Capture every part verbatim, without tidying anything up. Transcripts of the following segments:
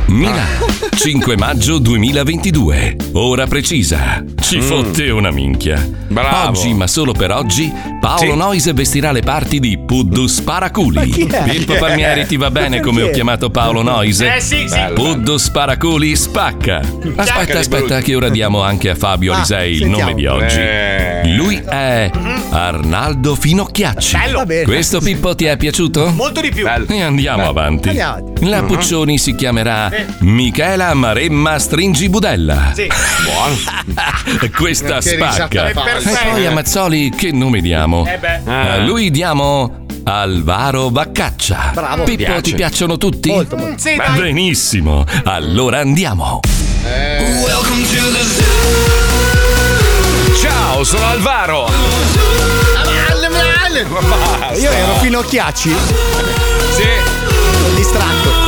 Milano, cinque maggio duemilaventidue. Ora precisa. Ci Mm. fotte una minchia. Bravo. Oggi, ma solo per oggi, Paolo Sì. Noise vestirà le parti di Puddu Sparaculi. chi è? Pippo Chi è? Palmieri, ti va bene come ho chiamato Paolo Noise? Eh, sì, sì. Puddu Sparaculi spacca. Aspetta, Spacca aspetta, che ora diamo anche a Fabio Ah, Alisei il sentiamo. nome di oggi. Eh. Lui è Arnaldo Finocchiacci. Bello. Va bene. Questo Pippo ti è piaciuto? Molto di più. E andiamo Bello. avanti. Andiamo. La Puccioni si chiamerà Michela Maremma Stringibudella. Sì. Buono. Questa Che risata spacca. falsa. E poi a Mazzoli che nome diamo? Eh beh. A lui diamo Alvaro Vaccaccia. Bravo. Pippo, Piace. ti piacciono tutti? Molto, molto. Sì, Beh, dai. benissimo. Allora andiamo. Ciao, sono Alvaro. Io ero Finocchiacci. Sì. Sono distratto.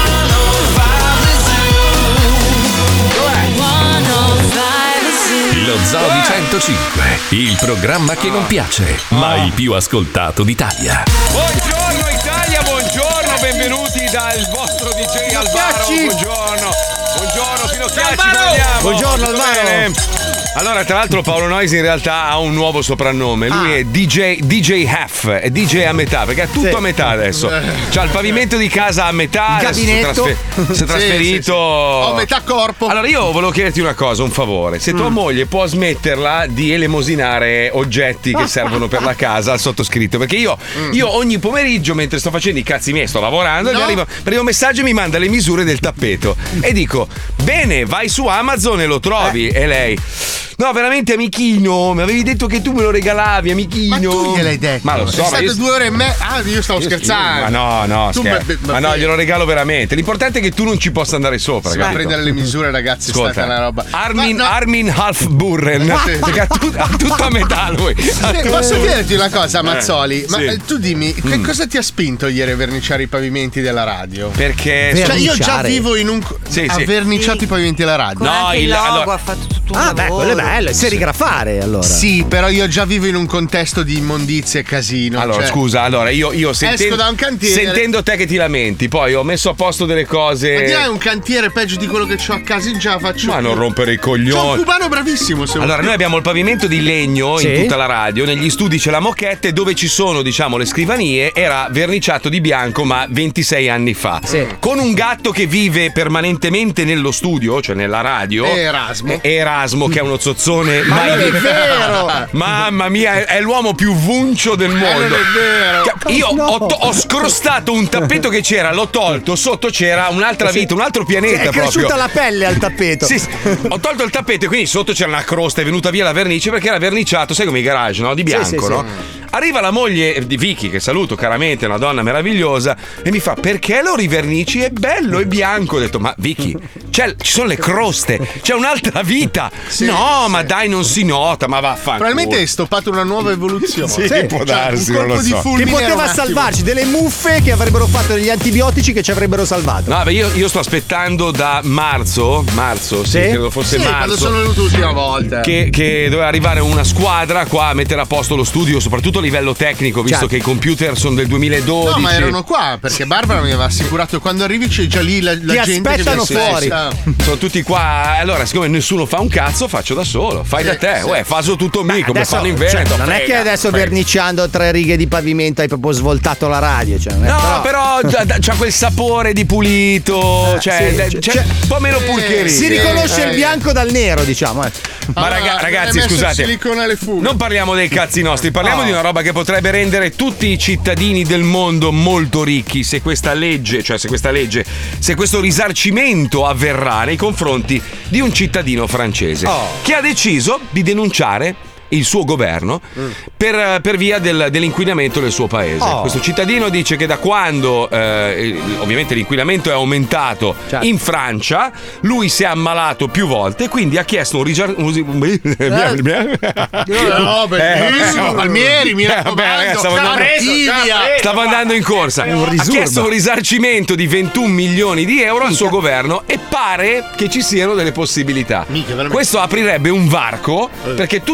Lo Zoo di centocinque, il programma che non piace, ma il più ascoltato d'Italia. Buongiorno Italia, buongiorno, benvenuti dal vostro D J Alvaro. Finocchiacci. Buongiorno. Buongiorno Finocchiacci, Alvaro. come andiamo? Buongiorno, Tutto Alvaro. bene? Allora, tra l'altro Paolo Noise in realtà ha un nuovo soprannome. Lui Ah. è D J D J Half, è D J a metà, perché è tutto Sì. a metà adesso. C'ha il pavimento di casa a metà, Il adesso si è gabinetto. trasfer- si è trasferito. Sì, sì, sì. Ho metà corpo. Allora io volevo chiederti una cosa, un favore. Se tua moglie può smetterla di elemosinare oggetti che servono per la casa al sottoscritto, perché io, io ogni pomeriggio mentre sto facendo i cazzi miei, sto lavorando, No. mi arriva, mi arriva un messaggio e mi manda le misure del tappeto e dico bene, vai su Amazon e lo trovi. E lei no, veramente amichino, mi avevi detto che tu me lo regalavi, amichino. Ma tu gliel'hai detto? Ma lo so, È ma stato io- due ore e mezza. Ah, io stavo scherzando. Ma no, no, Tu scherzo. be- be- ma no, be- glielo regalo veramente. L'importante è che tu non ci possa andare sopra, Si va a capito? prendere le misure, ragazzi. È Ascolta, stata una roba. Armin, Ma no. Armin Halfburren, Sì. perché ha, tut- ha tutto a metà lui. Ha Eh, tutto- Posso chiederti una cosa, Mazzoli? Ma sì. eh, tu dimmi, che Mm. cosa ti ha spinto ieri a verniciare i pavimenti della radio? Perché Cioè, io già Verniciare? vivo in un. Sì, ha sì. verniciato i pavimenti della radio. No, Anche il il- logo allora- ha fatto tutto un Ah, beh, lavoro. quello è bello. Serigrafare allora. Sì, però io già vivo in un contesto di immondizia e casino. Allora, cioè- scusa, allora io, io senten- Esco da un cantiere. sentendo te che ti lamenti, poi ho messo a posto delle cose. Ma direi un cantiere peggio di quello che ho a casa, in già faccio. Ma non rompere i C'ho un coglioni. cubano bravissimo. Se Allora, vuoi. noi abbiamo il pavimento di legno Sì. in tutta la radio, negli studi c'è la moquette e dove ci sono, diciamo, le scrivanie, era verniciato di bianco, ma ventisei anni fa. Sì. Con un gatto che vive permanentemente nello studio, cioè nella radio. È Erasmo. È Erasmo, che è uno zozzone Ma mai non è visto. vero! Mamma mia, è, è l'uomo più vuncio del mondo. non è vero! Che- Io No. ho, to- ho scrostato un tappeto che c'era, l'ho tolto, sotto c'era un'altra vita, un altro pianeta È cresciuta proprio. la pelle al tappeto. Sì, sì. Ho tolto il tappeto e quindi sotto c'era una crosta, è venuta via la vernice perché era verniciato, sai come i garage, no? Di bianco, sì, sì. no? Arriva la moglie di Vicky, che saluto caramente, è una donna meravigliosa, e mi fa: perché lo rivernici? È bello, è bianco. Ho detto: ma Vicky, c'è- ci sono le croste, c'è un'altra vita. Sì, no, sì. ma dai, non si nota, ma vaffanculo. Probabilmente hai stoppato una nuova evoluzione. Sì, può darsi, un non lo colpo di so. Che fulmine era un poteva attimo. salvarci delle muffe che avrebbero fatto degli antibiotici che ci avrebbero salvato. No, beh, io, io sto aspettando da marzo, marzo, sì, Sì? credo fosse Sì, quando marzo. sono venuto l'ultima volta. Che, che doveva arrivare una squadra qua a mettere a posto lo studio, soprattutto a livello tecnico, visto Certo. che i computer sono del duemiladodici. No, ma erano qua perché Barbara mi aveva assicurato che quando arrivi c'è già lì la, la Ti gente aspettano che vi fuori. aspetta. Sono tutti qua. Allora, siccome nessuno fa un cazzo, faccio da solo. Fai Sì, da te. sì. Uè, faso tutto me, come Adesso, fanno in cioè, Veneto. non è che Frega, adesso frega. verniciando tre righe di pavimento hai proprio svoltato la radio. Cioè, non è- No, però, da- da- c'ha quel sapore di pulito. Eh, cioè, sì, da- cioè- c'è un po' meno sì, purcheria. si riconosce eh. il bianco dal nero, diciamo. eh. Ma Allora, raga- hai ragazzi, messo il scusate. silicone alle fughe. Non parliamo dei cazzi nostri, parliamo No. di una roba che potrebbe rendere tutti i cittadini del mondo molto ricchi se questa legge, cioè se questa legge, se questo risarcimento avverrà nei confronti di un cittadino francese Oh. che ha deciso di denunciare il suo governo per, per via del- dell'inquinamento del suo paese. Oh. Questo cittadino dice che da quando eh, il- ovviamente l'inquinamento è aumentato Certo. in Francia, lui si è ammalato più volte e quindi ha chiesto un risarcimento. No, bellissimo. Eh, Palmieri, mi eh, raccomando. vabbè, ragazzi, stavo Cara andando- Silvia. Stavo andando in corsa. un Ha risurbo. chiesto un risarcimento di ventuno milioni di euro al suo governo e pare che ci siano delle possibilità. Minchia, veramente. Questo aprirebbe un varco perché tutti quelli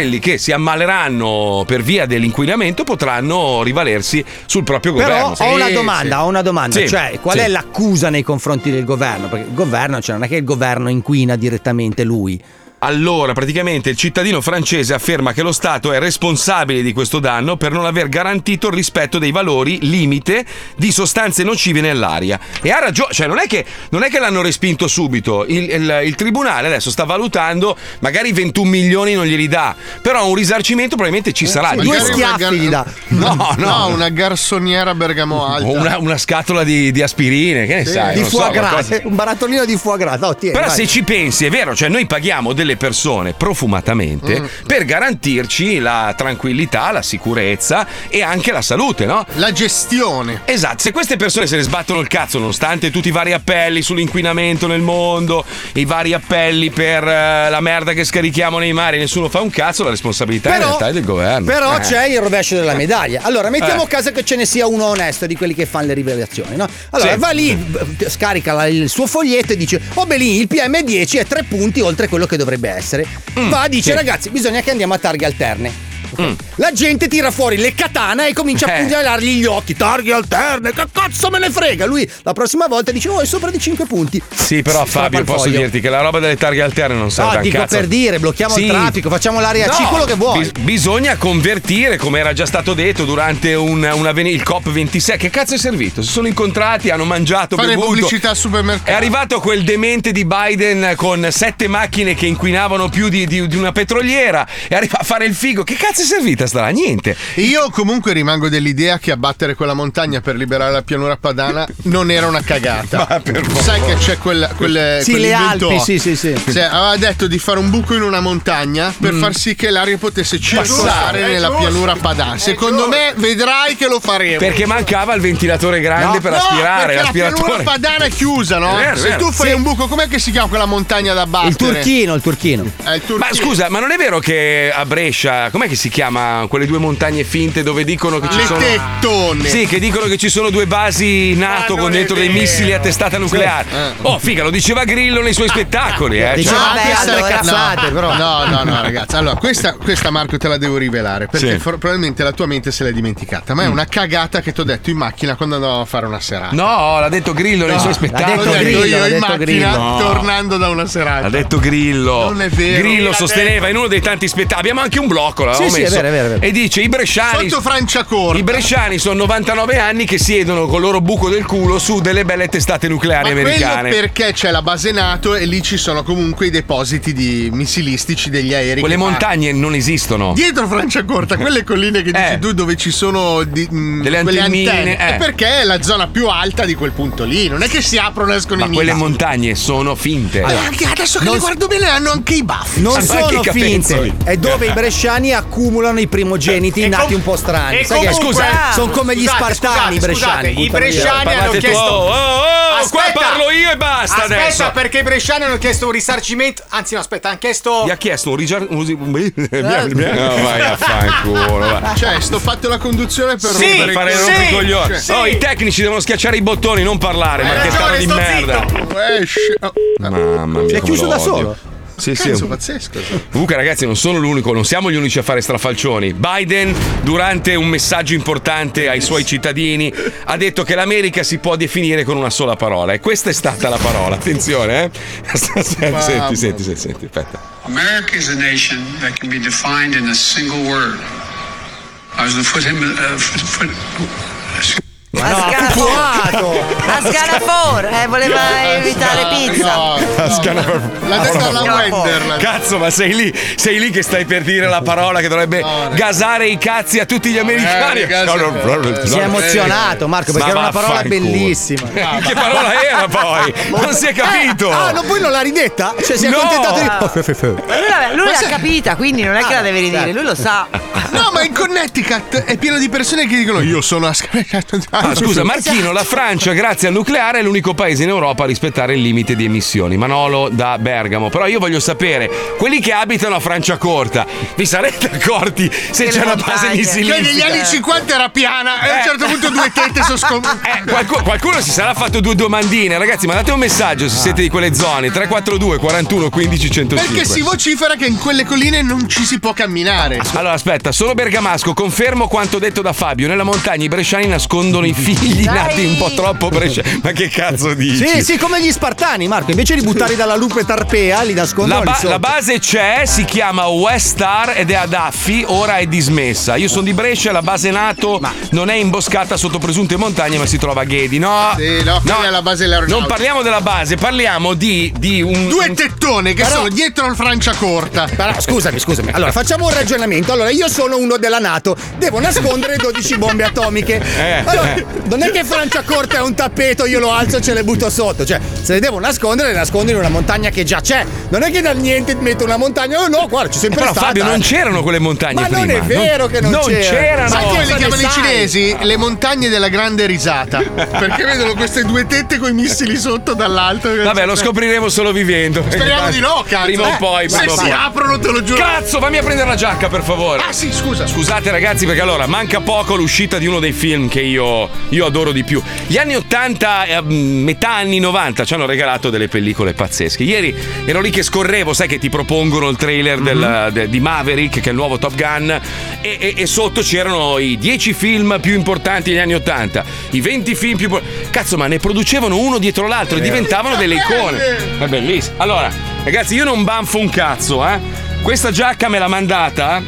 quelli che si ammaleranno per via dell'inquinamento potranno rivalersi sul proprio Però governo. ho Sì, una domanda, sì. ho una domanda, Sì, cioè qual sì. è l'accusa nei confronti del governo? Perché il governo, cioè non è che il governo inquina direttamente lui. Allora, praticamente il cittadino francese afferma che lo Stato è responsabile di questo danno per non aver garantito il rispetto dei valori limite di sostanze nocive nell'aria. E ha ragione, cioè non è che, non è che l'hanno respinto subito. Il, il, il tribunale adesso sta valutando, magari ventuno milioni non glieli dà, però un risarcimento probabilmente ci sarà. Sì, Dico- due schiaffi gli dà. No, no, No, una garsoniera Bergamo alta. o una, una scatola di, di aspirine, che ne sai? Di non so, foie gras, qualcosa- un barattolino di foie gras. No, tieni, Però vai. se ci pensi, è vero, cioè noi paghiamo delle persone profumatamente Mm. per garantirci la tranquillità, la sicurezza e anche la salute, no? La gestione. Esatto, se queste persone se ne sbattono il cazzo nonostante tutti i vari appelli sull'inquinamento nel mondo, i vari appelli per eh, la merda che scarichiamo nei mari, nessuno fa un cazzo, la responsabilità in Però- realtà è del governo. Però Eh. c'è il rovescio della medaglia. Allora, mettiamo Eh. caso che ce ne sia uno onesto di quelli che fanno le rivelazioni, no? Allora, Sì. va lì, b- scarica la- il suo foglietto e dice: oh, beh, lì il P M dieci è tre punti oltre quello che dovrebbe essere. Va, dice: sì. ragazzi, bisogna che andiamo a targhe alterne. Ok. Mm. La gente tira fuori le katana e comincia a Eh. pugnalargli gli occhi. Targhe alterne, che cazzo me ne frega? Lui la prossima volta dice: oh, è sopra di cinque punti. Sì, però Strappa Fabio, il posso foglio. dirti che la roba delle targhe alterne non serve No, a un dico cazzo. per dire, blocchiamo Sì. il traffico, facciamo l'area No, C, quello che vuoi. bis- bisogna convertire, come era già stato detto durante un, una veni- il COP ventisei. Che cazzo è servito? Si sono incontrati, hanno mangiato, Fare bevuto. pubblicità al supermercato. È arrivato quel demente di Biden con sette macchine che inquinavano più di, di- di una petroliera e arriva a fare il figo. Che cazzo è servita sta là? Niente. Io comunque rimango dell'idea che abbattere quella montagna per liberare la pianura padana non era una cagata. Ma per favore. Sai che c'è quel, quelle, Sì, le quell'invento- Alpi, sì, sì, sì. Cioè, aveva detto di fare un buco in una montagna per far sì che l'aria potesse circolare è nella giusto, pianura padana. Secondo me vedrai che lo faremo. Perché mancava il ventilatore grande No, per No, aspirare. perché la pianura L'aspiratore. padana è chiusa, no? È vero, è Se vero. tu fai Sì. un buco, com'è che si chiama quella montagna da battere? Il turchino, il turchino. Eh, il turchino. Ma scusa, ma non è vero che a Brescia, com'è che si chiama quelle due montagne finte dove dicono che ci Le sono. tettone. Sì, che dicono che ci sono due basi NATO Ma con non dentro è dei vero. missili a testata nucleare. Eh. Oh, figa, lo diceva Grillo nei suoi spettacoli, eh. Diceva Cioè, No, anche questa essere è- cazzate, no, però. No, no, no, ragazzi. Allora, questa, questa Marco te la devo rivelare perché Sì. for- probabilmente la tua mente se l'è dimenticata. Ma è una cagata che ti ho detto in macchina quando andavamo a fare una serata. No, l'ha detto Grillo nei suoi L'ho spettacoli. detto detto Grillo, io l'ha in detto macchina Grillo. No. tornando da una serata. Ha detto Grillo. Non è vero. Grillo L'ha sosteneva in uno dei tanti spettacoli. Abbiamo anche un blocco, l'avevamo Sì, sì, è messo. vero, è vero, è vero. E dice: i bresciani. Sotto Franciacorta. I bresciani sono novantanove anni che siedono col loro buco del culo su delle belle testate nucleari Ma americane. quello perché c'è la base NATO e lì ci sono comunque i depositi di missilistici degli aerei. Quelle che montagne non esistono. Dietro Franciacorta, quelle colline che dici Eh. tu dove ci sono di- mh, Delle quelle antennine, antenne, eh. è perché è la zona più alta di quel punto lì. Non è che si aprono e escono Ma i quelle missili. montagne sono finte. Allora, anche adesso che le guardo bene hanno anche i baffi. Non Anche sono i capezzoli. finte, è dove i bresciani accumulano i primogeniti E nati com- un po' strani. e Sai che comunque- sono come gli Scusate, spartani i scusate, bresciani. scusate, i buttano via. bresciani hanno Parlate tu. chiesto Oh, oh, oh, qua Aspetta. parlo io e basta Aspetta, adesso. perché i bresciani hanno chiesto un risarcimento. Anzi, no, aspetta, hanno chiesto. Gli ha chiesto un rigiar... un- No, vai a fanculo. va. Cioè, sto fatto la conduzione per Sì, rompere Per fare i sì, rompere i coglioni. sì. Oh, i tecnici devono schiacciare i bottoni, non parlare, marchettaro ragione, di sto merda. zitto. Eh, sci- oh, Mamma mia. Si è come chiuso lo da odio. solo. Sì, sì. cazzo, pazzesco. Comunque, ragazzi, non sono l'unico, non siamo gli unici a fare strafalcioni. Biden, durante un messaggio importante ai suoi cittadini, ha detto che l'America si può definire con una sola parola. E questa è stata la parola. Attenzione, eh. Senti, senti, senti, senti, senti, aspetta. America is a nation that can be defined in a single word. I was going to put him. Uh, foot, foot, Ma no, ha fumato. A Scanafor, eh, voleva evitare pizza. No, no. L'ha detto alla Wender. l'ha- Cazzo, ma sei lì, sei lì che stai per dire la parola che dovrebbe No, gasare i cazzi a tutti gli americani. Eh, gasa- No, no, no, no, Si è emozionato Marco perché Ma era una parola vaffanculo. bellissima. Che parola era poi? Non si è capito. Ah, no, poi non l'ha ridetta? Cioè si è No. accontentato di. Ma lui, l'aveva- lui l'ha capita, quindi non è che la deve ridire, lui lo sa. No, ma in Connecticut è pieno di persone che dicono io sono a Ah, scusa, Marchino, la Francia, grazie al nucleare, è l'unico paese in Europa a rispettare il limite di emissioni. Manolo da Bergamo. Però io voglio sapere, quelli che abitano a Franciacorta, vi sarete accorti se Che c'è le una base montagne. missilistica? Che negli anni cinquanta era piana e a un certo punto due tette sono scomparse. Eh, qualcuno, qualcuno si sarà fatto due domandine. Ragazzi, mandate un messaggio se siete di quelle zone. tre quattro due quarantuno quindici centocinque. Perché si vocifera che in quelle colline non ci si può camminare. Allora aspetta, sono bergamasco, confermo quanto detto da Fabio. Nella montagna i bresciani nascondono i figli Dai. nati un po' troppo bresciani. Ma che cazzo dici? Sì, sì, come gli spartani, Marco. Invece di buttarli dalla lupe tarpea, li nascondono La, lì ba- sotto. la base c'è, si chiama West Star ed è ad Affi, ora è dismessa. Io sono di Brescia, la base NATO non è imboscata sotto presunte montagne, ma si trova a Ghedi. No, Sì, no, quella è la base dell'aeronautica. non parliamo della base, parliamo di, di un. Due tettone che Però- sono dietro al Franciacorta. Però scusami, scusami. Allora, facciamo un ragionamento. Allora, io sono uno della NATO, devo nascondere dodici bombe atomiche. Eh, allora, eh. non è che Franciacorta è un tappeto, io lo alzo e ce le butto sotto. Cioè, se le devo nascondere, le nascondo in una montagna che già c'è. Non è che dal niente metto una montagna. Oh no, guarda, c'è sempre Però stata. Fabio, non c'erano quelle montagne Ma prima. non è vero che non c'erano. c'erano. Sai come le cosa chiamano ne i sai? cinesi? Le montagne della grande risata. Perché vedono queste due tette con i missili sotto dall'alto. Vabbè, lo scopriremo solo vivendo. Speriamo di no, cazzo. Prima o Eh, poi. Se prima o si poi. aprono, te lo giuro. Cazzo, fammi a prendere la giacca, per favore. Ah, sì, scusa. Scusate ragazzi, perché allora manca poco l'uscita di uno dei film che io, io adoro di più. Gli anni ottanta, eh, metà anni novanta ci hanno regalato delle pellicole pazzesche. Ieri ero lì che scorrevo, sai che ti propongono il trailer del- de- di Maverick, che è il nuovo Top Gun, e, e- e sotto c'erano i dieci film più importanti degli anni ottanta, i venti film più importanti. Cazzo, ma ne producevano uno dietro l'altro e diventavano delle icone. È bellissimo. Allora, ragazzi, io non banfo un cazzo, eh. Questa giacca me l'ha mandata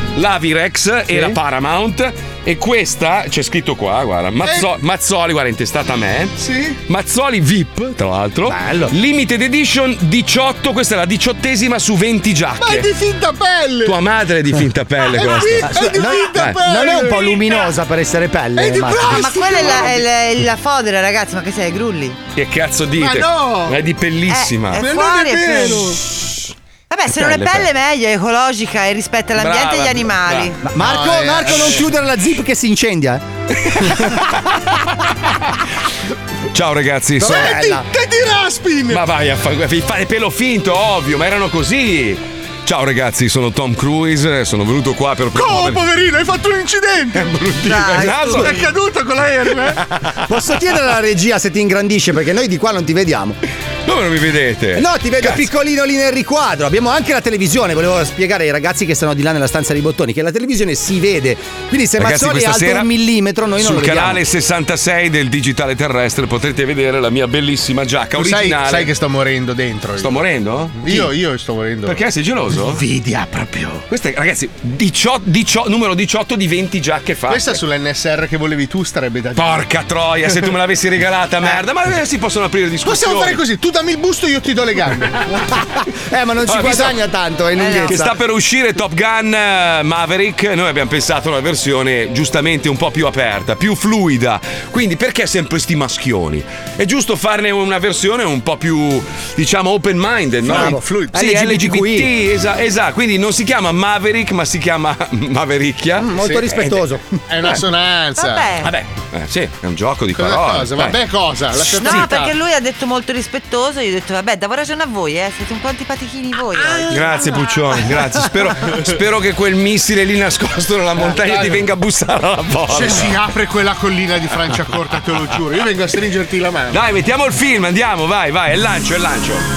l'Avirex e la Paramount. E questa c'è scritto qua, guarda, Mazzo- Mazzoli, guarda, intestata a me. Sì. Mazzoli V I P, tra l'altro. Bello. Limited Edition diciotto, questa è la diciottesima su venti Ma è giacche. di finta pelle. Tua madre è di finta pelle È di, questa. è di finta eh. pelle. Non è un po' luminosa per essere pelle? È di Marco? plastica. Ma quella è la, è la- la fodera, ragazzi, ma che sei, grulli? Che cazzo dite? Ma no! È di pellissima. Eh, Ma è non fuori è e vero. pelle. Vabbè, se non è pelle, pelle, pelle. meglio, è ecologica e rispetta l'ambiente Brava, e gli animali. brava. Marco, No, eh, Marco, non eh. chiudere la zip che si incendia. eh. Ciao ragazzi, sono... Te ti, te ti raspin. Ma vai a fare fare pelo finto, ovvio, ma erano così. Ciao ragazzi, sono Tom Cruise, sono venuto qua per Oh, promuovere- poverino, hai fatto un incidente. Dai, Il naso- È caduto con l'aereo, eh? Posso chiedere alla regia se ti ingrandisce perché noi di qua non ti vediamo. Dove non mi vedete? No, ti vedo Cazzo. piccolino lì nel riquadro. Abbiamo anche la televisione. Volevo spiegare ai ragazzi che stanno di là nella stanza dei bottoni che la televisione si vede. Quindi se Ragazzi, Mazzoli è questa alto sera un millimetro, noi non sul lo vediamo. canale sessantasei del Digitale Terrestre potrete vedere la mia bellissima giacca Tu sai, originale. sai che sto morendo dentro. Sto morendo? Io, io sto morendo. Perché sei geloso? Invidia proprio. Queste, ragazzi, diciotto, diciotto, numero diciotto di venti giacche fatte. Questa sull'N S R che volevi tu starebbe da dire. Porca troia, se tu me l'avessi regalata, merda. Ma si possono aprire discussioni. Possiamo fare così, tu dammi il busto, io ti do le gambe. Eh, ma non ci Allora, visto- guadagna tanto, è in lunghezza. Che sta per uscire Top Gun eh, Maverick, noi abbiamo pensato a una versione giustamente un po' più aperta, più fluida. Quindi perché sempre sti maschioni? È giusto farne una versione un po' più, diciamo, open minded, no? Bravo, fluid. Sì, L G B T Q I. esatto, esatto. Quindi non si chiama Maverick, ma si chiama Mavericchia. Molto rispettoso. È una sonanza. Vabbè. Vabbè, eh, sì, è un gioco di Cosa, parole. cosa? Dai. Vabbè, cosa? Lascia No, zitta. perché lui ha detto molto rispettoso. Io ho detto, vabbè, davo ragione a voi, eh. Siete un po' antipatichini voi. oggi. Grazie Puccioni, grazie. Spero, spero che quel missile lì nascosto nella montagna ti venga a bussare alla porta. Se si apre quella collina di Franciacorta, te lo giuro, io vengo a stringerti la mano. Dai, mettiamo il film, andiamo, vai, vai, è il lancio, è il lancio.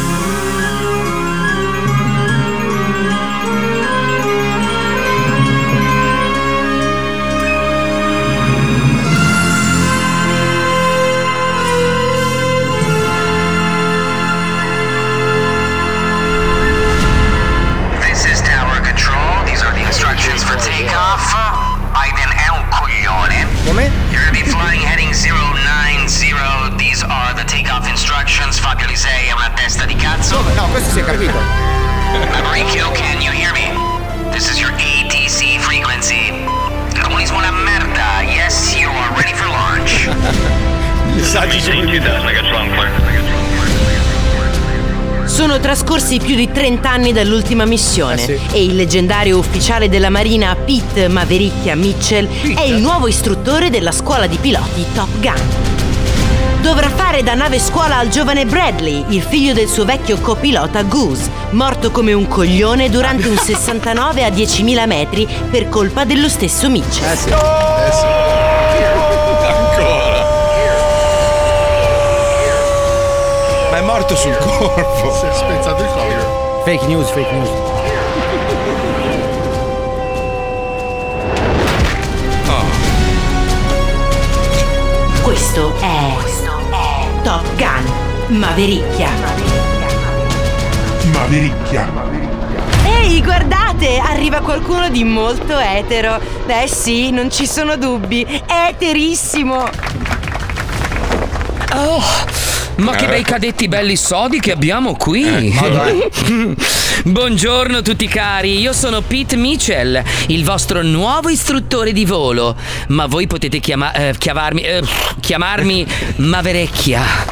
This is Tower Control. These are the instructions for takeoff. Biden è un coglione. Come? You're gonna be flying heading zero nine zero. These are the takeoff instructions. Fabio Lisei è una testa di cazzo. No, questo si è capito. Mauricio, can you hear me? This is your A T C frequency. Il comunismo è una merda. Yes, you are ready for launch. Sono Sono trascorsi più di trenta anni dall'ultima missione Eh sì. e il leggendario ufficiale della Marina Pete Mavericchia Mitchell è il nuovo istruttore della scuola di piloti Top Gun. Dovrà fare da nave scuola al giovane Bradley, il figlio del suo vecchio copilota Goose, morto come un coglione durante un sessantanove a diecimila metri per colpa dello stesso Mitchell. Eh sì. Eh sì. Ancora. Ma è morto sul corpo. Si è spezzato il collo. Fake news, fake news. Questo è Top Gun Mavericchia. Mavericchia. Ehi, guardate, arriva qualcuno di molto etero. Beh sì, non ci sono dubbi, eterissimo. Oh, ma che bei cadetti belli sodi che abbiamo qui. Buongiorno tutti cari, io sono Pete Mitchell, il vostro nuovo istruttore di volo. Ma voi potete chiama- eh, chiamarmi, eh, chiamarmi Maverecchia.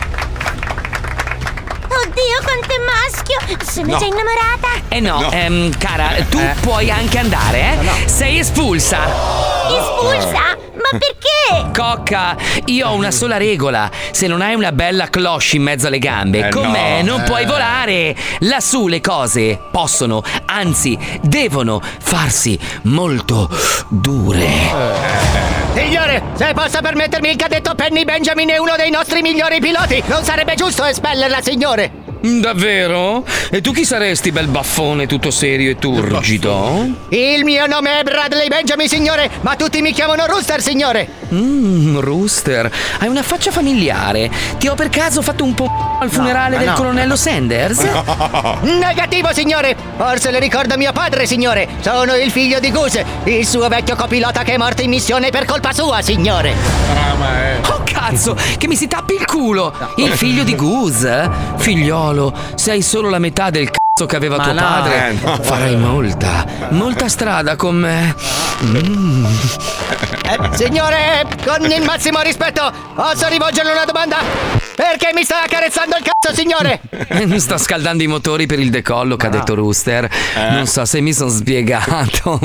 Oddio, quanto è maschio! Sono No. già innamorata! Eh no, No. ehm, cara, tu Eh. puoi anche andare, eh? Sei espulsa. Espulsa? Ma perché? Cocca, io ho una sola regola. Se non hai una bella cloche in mezzo alle gambe, Eh con no, me non eh. puoi volare. Lassù le cose possono, anzi, devono farsi molto dure. Signore, se posso permettermi, il cadetto Penny Benjamin è uno dei nostri migliori piloti. Non sarebbe giusto espellerla, signore. Davvero? E tu chi saresti, bel baffone tutto serio e turgido? Il mio nome è Bradley Benjamin, signore, ma tutti mi chiamano Rooster, signore. Mmm, Rooster, hai una faccia familiare. Ti ho per caso fatto un po' al funerale ma del no. colonnello Sanders? Negativo, signore. Forse le ricorda mio padre, signore. Sono il figlio di Goose, il suo vecchio copilota che è morto in missione per colpa sua, signore. Oh cazzo, che mi si tappi il culo! Il figlio di Goose? Figliolo, sei solo la metà del cazzo che aveva Ma tuo no. padre. Eh, no. Farai molta, molta strada con me. Mm. Eh, signore, con il massimo rispetto, posso rivolgerle una domanda? Perché mi sta accarezzando il cazzo, signore? Mi sta scaldando i motori per il decollo, che ha detto Rooster. Non so se mi sono spiegato.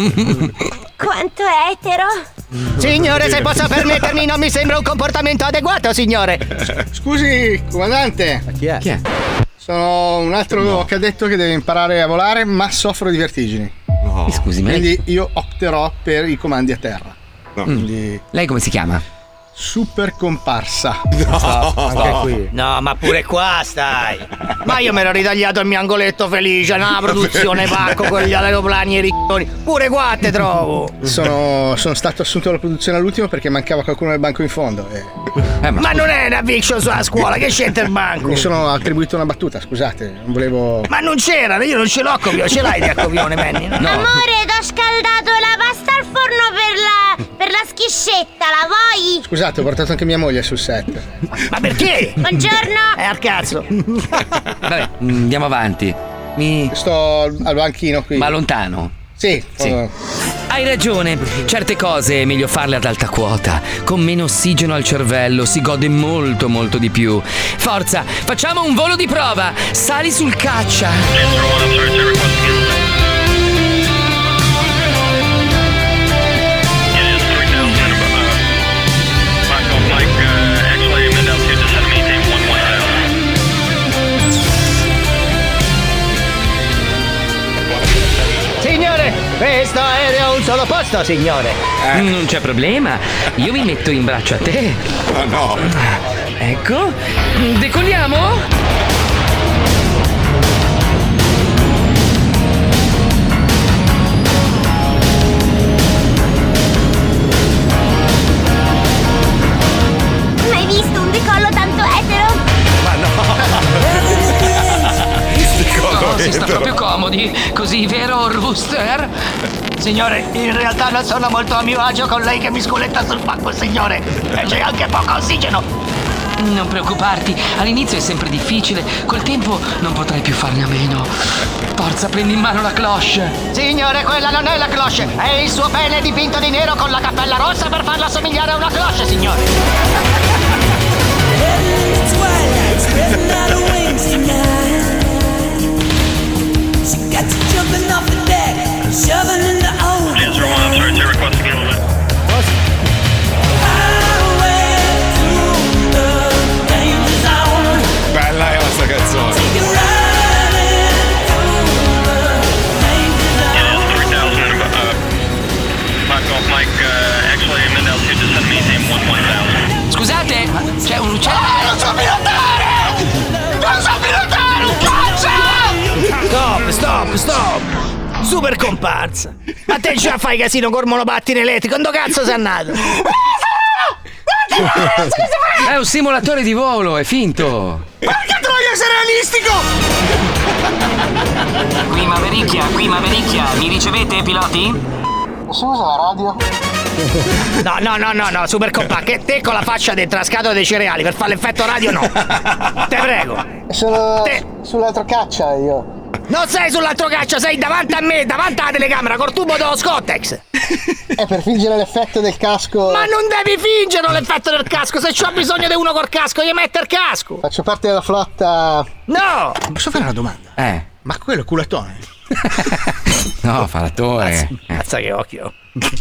Quanto è etero? Signore, se posso permettermi, non mi sembra un comportamento adeguato, signore. Scusi, comandante. Chi è? Chi è? Sono un altro cadetto che deve imparare a volare, ma soffro di vertigini. Scusi, ma lei- Quindi io opterò per i comandi a terra. Quindi Lei come si chiama? super comparsa. Anche qui. No, ma pure qua stai. Ma io mi ero ritagliato il mio angoletto felice, una produzione pacco con gli aeroplani e i ricconi. Pure qua te trovo. Sono, sono stato assunto alla produzione all'ultimo perché mancava qualcuno nel banco in fondo. E... Ma non è una fiction sulla scuola, che c'entra il banco? Mi sono attribuito una battuta, scusate, non volevo. Ma non c'era, io non ce l'ho copione, ce l'hai di copione, Penny? No. Amore, t'ho scaldato la pasta al forno per la, per la schiscetta, la vuoi? Scusate, ho portato anche mia moglie sul set. Ma perché? Buongiorno. È al cazzo. Vabbè, mm, andiamo avanti. Mi... Sto al banchino qui. Ma lontano. Sì, Sì. oh. Hai ragione, certe cose è meglio farle ad alta quota. Con meno ossigeno al cervello si gode molto molto di più. Forza, facciamo un volo di prova. Sali sul caccia. Signore, questo aereo ha un solo posto, signore. Non c'è problema, io mi metto in braccio a te. Ah no. Ecco, decolliamo? Mai visto un decollo tanto etero? Ma no. No, si sta proprio comodi. Così, vero, Rooster? Signore, in realtà non sono molto a mio agio con lei che mi sculetta sul banco, signore. E c'è anche poco ossigeno. Non preoccuparti, all'inizio è sempre difficile. Col tempo non potrai più farne a meno. Forza, prendi in mano la cloche. Signore, quella non è la cloche. È il suo pene dipinto di nero con la cappella rossa per farla somigliare a una cloche, signore. stop, stop! Super comparsa! Ma te già fai casino col monopattino elettrico, quando cazzo sei andato? È un simulatore di volo, è finto! Porca troia, sei realistico! Qui Mavericchia, qui Mavericchia, mi ricevete, piloti? Si usa la radio? No, no, no, no, no, super compa, che te con la faccia dentro la scatola dei cereali per fare l'effetto radio no! Te prego! Sono te... sull'altro caccia io. Non sei sull'altro caccia, sei davanti a me, davanti alla telecamera, col tubo dello Scottex! È per fingere l'effetto del casco. Ma non devi fingere l'effetto del casco, se c'ho bisogno di uno col casco, gli metto il casco! Faccio parte della flotta. No! Posso fare una domanda? Eh. Ma quello è culatone? No, falatore. Mazza che occhio.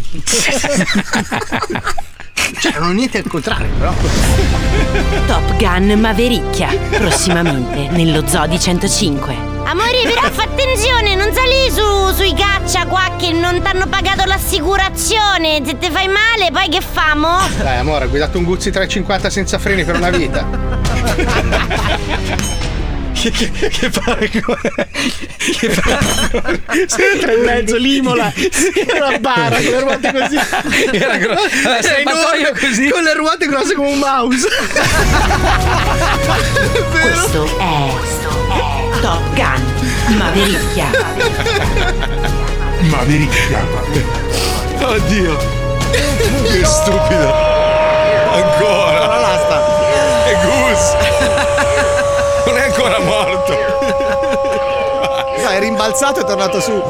Cioè, non ho niente al contrario, però. Top Gun Mavericchia, prossimamente nello Zoo di centocinque. Amore, però fa attenzione, non salì su, sui caccia qua che non t'hanno pagato l'assicurazione. Se te fai male, poi che famo? Dai, amore, ho guidato un Guzzi trecentocinquanta senza freni per una vita. Che, che, che fare con che fare sei tre e mezzo l'Imola una bara con le ruote così era grosso enorme, così con le ruote grosse come un mouse. Questo è, è Top Gun Mavericchia. Mavericchia. Oddio, che stupido. Ancora è Gus. Non è ancora morto. No, è rimbalzato e è tornato su.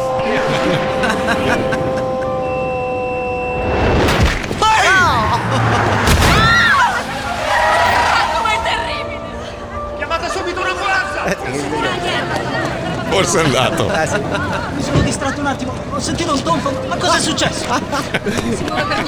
Com'è terribile! Chiamate subito un'ambulanza! Forse è andato. Eh, sì. Mi sono distratto un attimo, ho sentito un tonfo. Ma cosa è successo? Sicuro per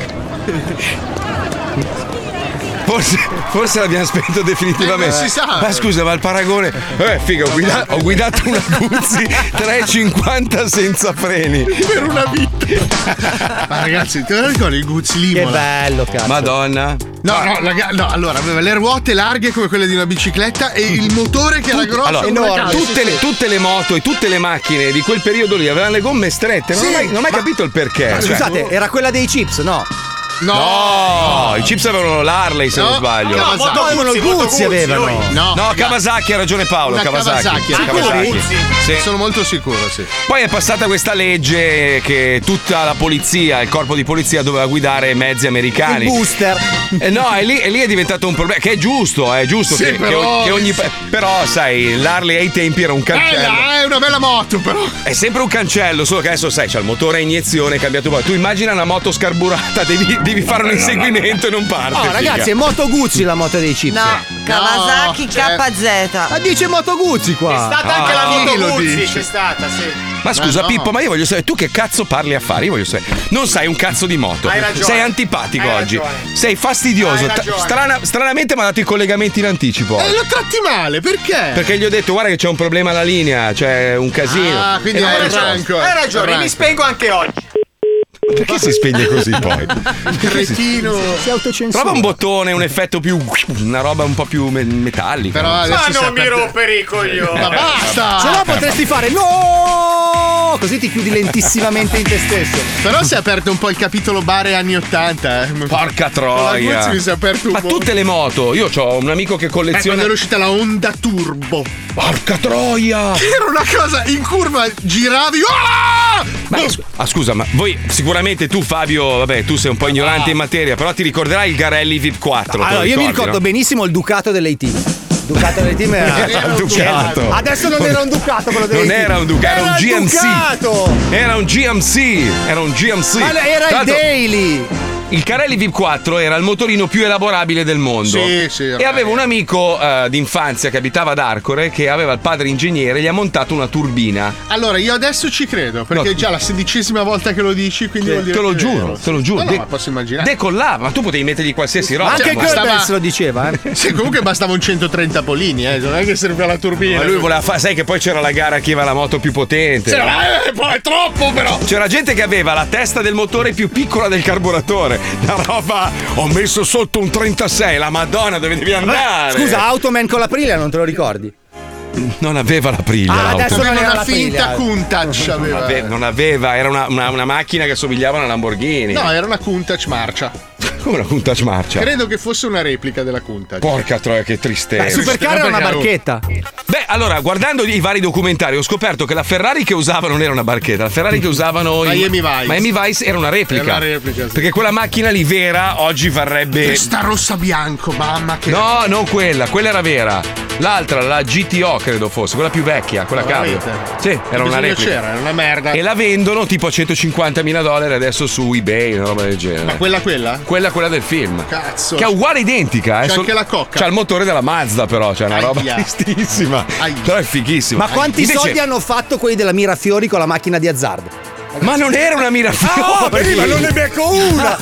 niente. Forse, forse l'abbiamo spento definitivamente. Eh, non si sa. Ma scusa, ma il paragone. Eh, figa, ho guidato, ho guidato una Guzzi trecentocinquanta senza freni. Per una vita. Ma ragazzi, te lo ricordi il Guzzi Limola? Che bello, cazzo. Madonna. No, no, raga, no, allora aveva le ruote larghe come quelle di una bicicletta e il motore che era grosso. Allora, enorme. tutte, le, tutte le moto e tutte le macchine di quel periodo lì avevano le gomme strette. Non Sì, ho mai, non ho mai ma- capito il perché. Ma Cioè- scusate, era quella dei chips, no? No, No, i chips avevano l'Harley se No, non sbaglio. no, No, avevano il Guzzi, avevano. no, No, Kawasaki, ha ragione Paolo. Una Kawasaki. Kawasaki, Sì, Kawasaki. Sì. Sono molto sicuro, sì. Poi è passata questa legge che tutta la polizia, il corpo di polizia doveva guidare mezzi americani. Il booster. Eh, no, e lì, e lì è diventato un problema. Che è giusto, è giusto Sì, che, però- che, che ogni. Però, sai, l'Harley ai tempi era un Eh, cancello. no, è una bella moto, però. È sempre un cancello, solo che adesso sai, c'è il motore a iniezione, è cambiato un po'. Tu immagina una moto scarburata, devi, devi fare un inseguimento e non parte. Oh, ragazzi, è Moto Guzzi la moto dei chips. No, Kawasaki No, cioè- K Z. Ma dice Moto Guzzi È qua. stata Ah, anche la chi moto lo Guzzi, dice? c'è stata, sì. Ma scusa, no. Pippo, ma io voglio sapere, tu che cazzo parli a fare? Io voglio sapere. Non sai un cazzo di moto. Hai ragione. Sei antipatico Hai oggi. ragione. Sei fastidioso. Hai ragione. Strana- stranamente mi ha dato i collegamenti in anticipo. E lo tratti male, perché? Perché gli ho detto, guarda che c'è un problema alla linea, c'è un casino. Ah, quindi E non hai me ne so- ragione. Hai ragione, mi spengo anche oggi. Perché si spegne così poi? Cretino. Si autocensura. Prova un bottone, un effetto più. Una roba un po' più me- metallica. Però adesso Ma si non mi apre- rompere i coglioni. Ma basta! Se no potresti fare no! Così ti chiudi lentissimamente in te stesso. Però si è aperto un po' il capitolo bare anni ottanta. Eh. Porca Con la troia. Guzzi mi si è aperto un Ma po'. tutte le moto. Io ho un amico che Eh, quando colleziona. era uscita la Honda Turbo. Porca troia! Era una cosa in curva, giravi. Ah! Ma, scu- ah, scusa, ma voi sicuramente tu, Fabio, vabbè, tu sei un po' ignorante in materia, però ti ricorderai il Garelli V I P quattro. te lo Allora, io mi ricordi, ricordo no? benissimo il Ducato dell'A T. Ducato delle team era, Era un Ducato. Adesso non era un Ducato quello delle Non team. era un Ducato, era un G M C. Ducato. Era un G M C. Era un G M C. Ma era Tra il l'altro, Daily. Il Carelli V I P quattro era il motorino più elaborabile del mondo. Sì, sì, E ormai. avevo un amico eh, d'infanzia che abitava ad Arcore che aveva il padre ingegnere e gli ha montato una turbina. Allora, io adesso ci credo, perché No. è già la sedicesima volta che lo dici, quindi vuol dire Te lo che è giuro, vero. te lo giuro. No, no, De- ma posso immaginare. Decollava, ma tu potevi mettergli qualsiasi roba. Ma anche Cioè, basta- Goebbels lo diceva, eh. Sì, comunque bastava un centotrenta polini, eh, non è che serviva la turbina. Ma lui voleva fare, sai che poi c'era la gara chi aveva la moto più potente. Sì, ma, eh, poi è troppo però. C'era gente che aveva la testa del motore più piccola del carburatore. La roba. Ho messo sotto un trentasei, la Madonna, dove devi andare? Scusa, Automan con l'Aprilia non te lo ricordi? Non aveva la priglia. Ah, l'auto. adesso non Aveva era una la finta priglia. Countach. Non Aveva. aveva, non aveva, era una, una- una macchina che somigliava a una Lamborghini. No, era una Countach marcia. Come una Countach marcia. Credo che fosse una replica della Countach. Porca troia, che tristezza. Beh, Supercar era una barchetta. Beh, allora, guardando i vari documentari, ho scoperto che la Ferrari che usavano non era una barchetta, la Ferrari che usavano i- Miami Vice. Miami Vice era una replica. Era una replica, sì. Perché quella macchina lì vera oggi varrebbe. Questa rossa bianco, mamma che. No, non quella, quella era vera. L'altra, la G T O credo fosse, quella più vecchia, quella cabrio. Veramente? Sì, era una Bisogno replica. c'era, era una merda. E la vendono tipo a centocinquantamila dollari adesso su eBay, una roba del genere. Ma quella quella? Quella quella del film. Cazzo. Che è uguale identica, eh. C'è sol- anche la cocca. C'ha il motore della Mazda, però, c'è una roba Aia. tristissima. Aia. Però è fighissima. Ma quanti Invece- soldi hanno fatto quelli della Mirafiori con la macchina di azzardo? Ma non era una Mirafiori! Ah, vedi, ma non ne becco una!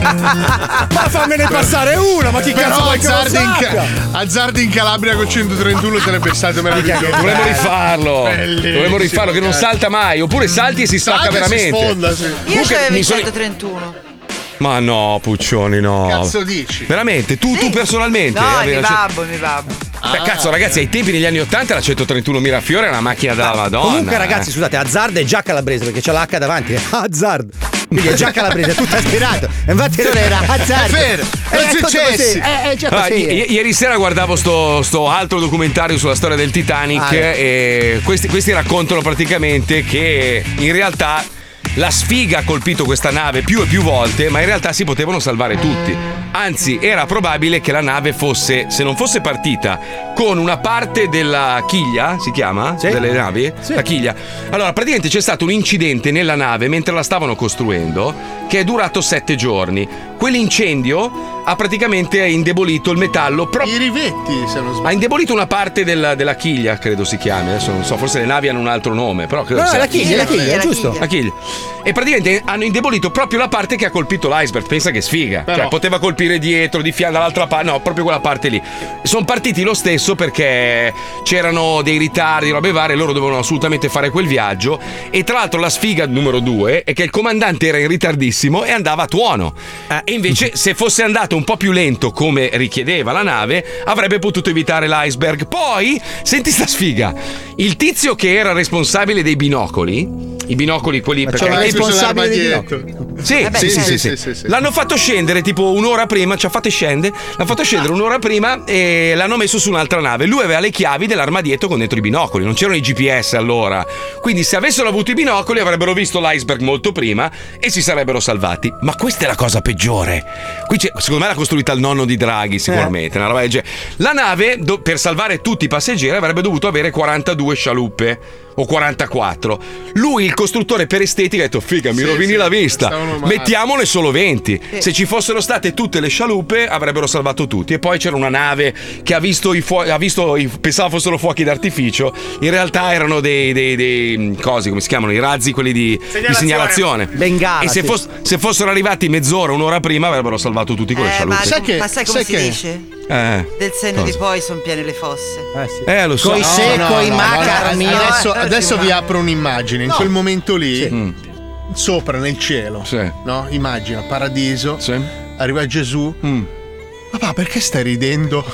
Ma fammene passare una, ma chi cazzo Però vuoi che lo azzardi in, sappia? Ca- azzardi in Calabria con centotrentuno sarebbe stato meraviglioso. Dovremmo rifarlo. Bellissimo, Dovremmo rifarlo, che non cazzo. salta mai. Oppure salti e si stacca Salta e si veramente. sfonda, sì. Io Comunque, c'avevo mi il sono- centotrentuno. Ma no, Puccioni, no. Cazzo dici? Veramente? Tu, tu personalmente? No, avevi mi la cent- babbo, mi babbo. Beh, cazzo, ragazzi, ai tempi negli anni ottanta la centotrentuno Mirafiore era una macchina della Madonna. Comunque, eh. ragazzi, scusate, Azzard è già calabrese perché c'è l'H davanti. È Azzard. Quindi è già calabrese, è tutto aspirato. E infatti non era Azzard. È vero, Eh, non è tutto successi. così. Eh, è già Ah, così. i- ieri sera guardavo sto, sto altro documentario sulla storia del Titanic Ah, e questi, questi raccontano praticamente che in realtà la sfiga ha colpito questa nave più e più volte, ma in realtà si potevano salvare tutti. Anzi, era probabile che la nave fosse, se non fosse partita con una parte della chiglia, si chiama? Sì. Delle navi? Sì. La chiglia. Allora, praticamente c'è stato un incidente nella nave mentre la stavano costruendo che è durato sette giorni. Quell'incendio ha praticamente indebolito il metallo proprio. I rivetti, se non Ha sbaglio. indebolito una parte della, della chiglia, credo si chiami. Adesso non so, forse le navi hanno un altro nome, però credo No, sia la chiglia, la chiglia, La giusto. chiglia. la chiglia. E praticamente hanno indebolito proprio la parte che ha colpito l'iceberg. Pensa che sfiga. Però- Cioè, poteva colpire dietro, di fianco, dall'altra parte. No, proprio quella parte lì. Sono partiti lo stesso perché c'erano dei ritardi, robe varie. Loro dovevano assolutamente fare quel viaggio. E tra l'altro, la sfiga numero due è che il comandante era in ritardissimo e andava a tuono. E invece, se fosse andato un po' più lento, come richiedeva la nave, avrebbe potuto evitare l'iceberg. Poi, senti sta sfiga. Il tizio che era responsabile dei binocoli. I binocoli, quelli c'è un perché responsabile dei dietro. sì, Eh beh, sì, sì, certo. sì, sì. Sì, sì, sì. L'hanno fatto scendere tipo un'ora prima, ci ha fatto scendere, l'hanno fatto scendere un'ora prima e l'hanno messo su un'altra nave. Lui aveva le chiavi dell'armadietto con dentro i binocoli, non c'erano i G P S allora. Quindi se avessero avuto i binocoli avrebbero visto l'iceberg molto prima e si sarebbero salvati. Ma questa è la cosa peggiore. Qui c'è, secondo me l'ha costruita il nonno di Draghi sicuramente, una roba del genere. La nave, do- per salvare tutti i passeggeri, avrebbe dovuto avere quarantadue scialuppe. O quarantaquattro. Lui, il costruttore, per estetica ha detto: figa, mi Sì, rovini sì, la vista. stavano male. Mettiamone solo venti. Se ci fossero state tutte le scialuppe, avrebbero salvato tutti. E poi c'era una nave che ha visto i fuochi. Ha visto i, pensava fossero fuochi d'artificio. In realtà erano dei, dei, dei cosi, come si chiamano? I razzi, quelli di segnalazione. Di segnalazione. Bengala, E se, sì. foss- se fossero arrivati mezz'ora, un'ora prima, avrebbero salvato tutti con le Eh, ma, scialuppe. Sai che- ma sai come sai si che- dice? Eh, Del senno cosa? di poi sono piene le fosse. Eh, sì. Eh, lo so. Coi se, No, coi no, ma, no, cara no, mia. Adesso, Eh, adesso sì, vi ma- apro un'immagine. In quel momento lì, Mm. sopra nel cielo, Sì. no? Immagina, paradiso. Sì. Arriva Gesù. Mm. Papà, perché stai ridendo?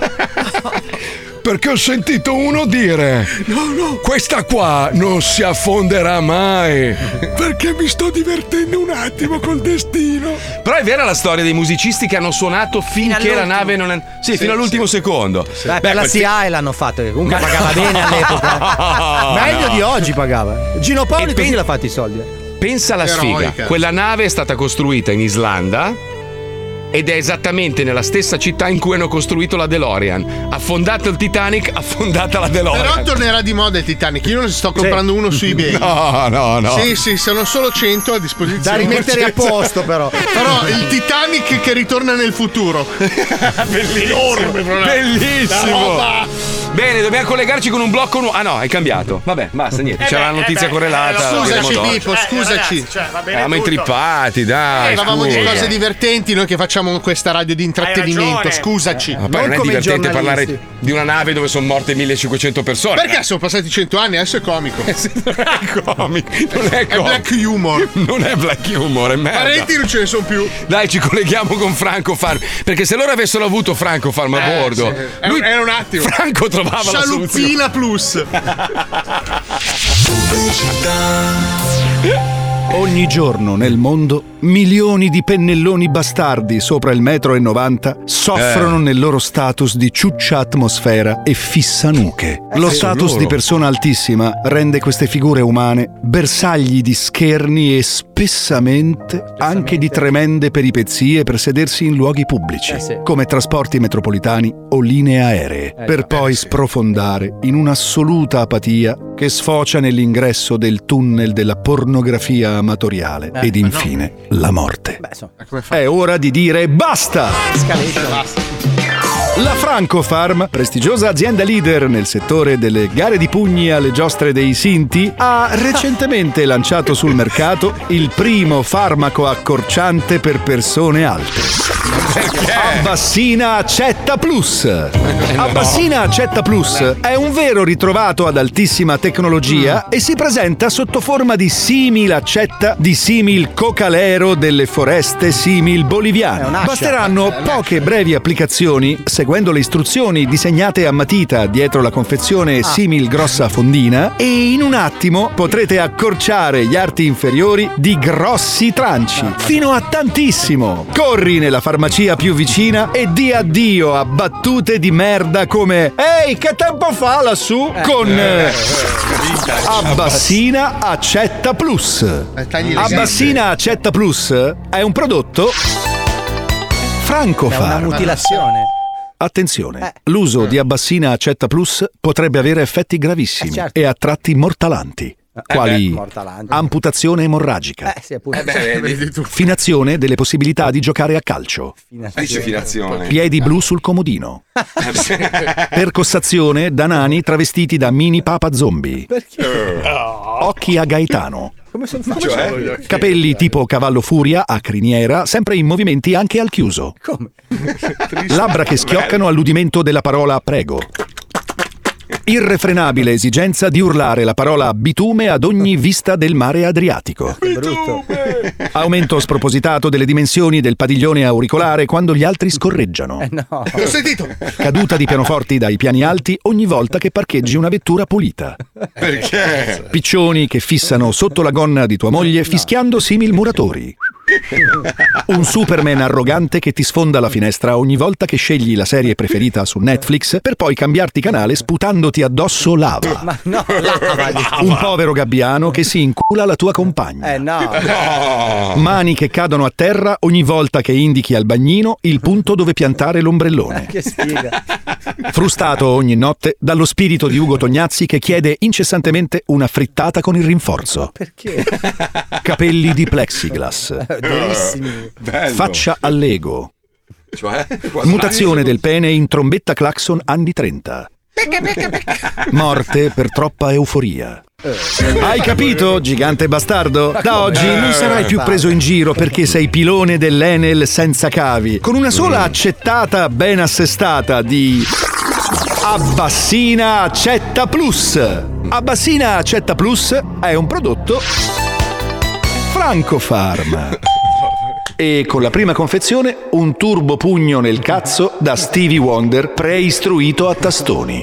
Perché ho sentito uno dire: no, no, questa qua non si affonderà mai. Perché mi sto divertendo un attimo col destino. Però è vera la storia dei musicisti che hanno suonato finché la all'ultimo. nave non è. Sì, fino all'ultimo secondo. Beh, per la quel C I A E l'hanno fatto, che comunque pagava bene all'epoca. Meglio di oggi pagava. Gino Paoli E pe- quindi l'ha fatti i soldi. Pensa alla Eroica. sfiga. Quella nave è stata costruita in Islanda ed è esattamente nella stessa città in cui hanno costruito la DeLorean. Affondato il Titanic, affondata la DeLorean. Però tornerà di moda il Titanic. Io ne sto comprando uno su eBay. No, no, no. Sì, sì, sono solo cento a disposizione. Da rimettere a posto, però. Però il Titanic che ritorna nel futuro. Bellissimo. Bellissimo. Bene, dobbiamo collegarci con un blocco nuovo. Ah no, hai cambiato. Vabbè, basta, niente. C'era la notizia correlata. la Scusaci, vedremo dopo. Pippo, scusaci. Cioè, va bene Eravamo tutto. intrippati, dai. Eravamo di scusa. cose divertenti, noi che facciamo facciamo questa radio di intrattenimento, scusaci. Ma poi non, non è divertente parlare di una nave dove sono morte millecinquecento persone. Perché eh? sono passati cento anni, adesso è comico. non è comico, non è, è comico. black humor. Non è black humor, è merda. Parenti non ce ne sono più. Dai, ci colleghiamo con Franco Farm, perché se loro avessero avuto Franco Farm a eh, bordo, sì. lui era un attimo. Franco trovava Scialuppina la plus. Ogni giorno nel mondo milioni di pennelloni bastardi sopra il metro e novanta soffrono Eh. nel loro status di ciuccia atmosfera e fissanuche. Eh, Lo sì, status loro. di persona altissima rende queste figure umane bersagli di scherni e spessamente anche di tremende peripezie per sedersi in luoghi pubblici, Eh, sì. come trasporti metropolitani o linee aeree, Eh, per già. poi sprofondare in un'assoluta apatia che sfocia nell'ingresso del tunnel della pornografia amatoriale Eh, ed ma infine la morte. Beh, so. È ora di dire basta! La Franco Farm, prestigiosa azienda leader nel settore delle gare di pugni alle giostre dei Sinti, ha recentemente lanciato sul mercato il primo farmaco accorciante per persone alte. Abbassina Accetta Plus. Abbassina Accetta Plus è un vero ritrovato ad altissima tecnologia e si presenta sotto forma di simil accetta di simil cocalero delle foreste simil boliviane. Basteranno poche brevi applicazioni seguendo le istruzioni disegnate a matita dietro la confezione simil grossa fondina e in un attimo potrete accorciare gli arti inferiori di grossi tranci fino a tantissimo. Corri nella farmacia più vicina e di addio a battute di merda come ehi che tempo fa lassù con eh, Abbassina Accetta Plus. Abbassina Accetta Plus è un prodotto Franco È una Farm. mutilazione. Attenzione, l'uso di Abbassina Accetta Plus potrebbe avere effetti gravissimi Eh, certo. e a tratti mortalanti, quali beh, mortalanti. amputazione emorragica, Eh, sì, appunto. Eh beh, vedi. finazione delle possibilità di giocare a calcio, Dice finazione. piedi blu sul comodino, percossazione da nani travestiti da mini papa zombie, Perché? occhi a Gaetano, Come sono fatto? Cioè? capelli tipo cavallo furia a criniera, sempre in movimenti anche al chiuso, Come? labbra che schioccano all'udimento della parola prego, irrefrenabile esigenza di urlare la parola bitume ad ogni vista del mare Adriatico, Che brutto. aumento spropositato delle dimensioni del padiglione auricolare quando gli altri scorreggiano, Eh no. L'ho sentito. caduta di pianoforti dai piani alti ogni volta che parcheggi una vettura pulita, Perché? piccioni che fissano sotto la gonna di tua moglie fischiando simil muratori, un Superman arrogante che ti sfonda la finestra ogni volta che scegli la serie preferita su Netflix per poi cambiarti canale sputandoti addosso lava, Ma no, lava. un povero gabbiano che si incula la tua compagna, Eh no. No. mani che cadono a terra ogni volta che indichi al bagnino il punto dove piantare l'ombrellone, Che sfiga. frustato ogni notte dallo spirito di Ugo Tognazzi che chiede incessantemente una frittata con il rinforzo, Perché? capelli di plexiglass, Durissimi. Bello. faccia a Lego, Cioè? mutazione del pene in trombetta clacson anni trenta, morte per troppa euforia. Hai capito, gigante bastardo? Da oggi non sarai più preso in giro perché sei pilone dell'Enel senza cavi, con una sola accettata ben assestata di Abbassina Accetta Plus. Abbassina Accetta Plus è un prodotto Franco Farm. E con la prima confezione un turbo pugno nel cazzo da Stevie Wonder preistruito a tastoni.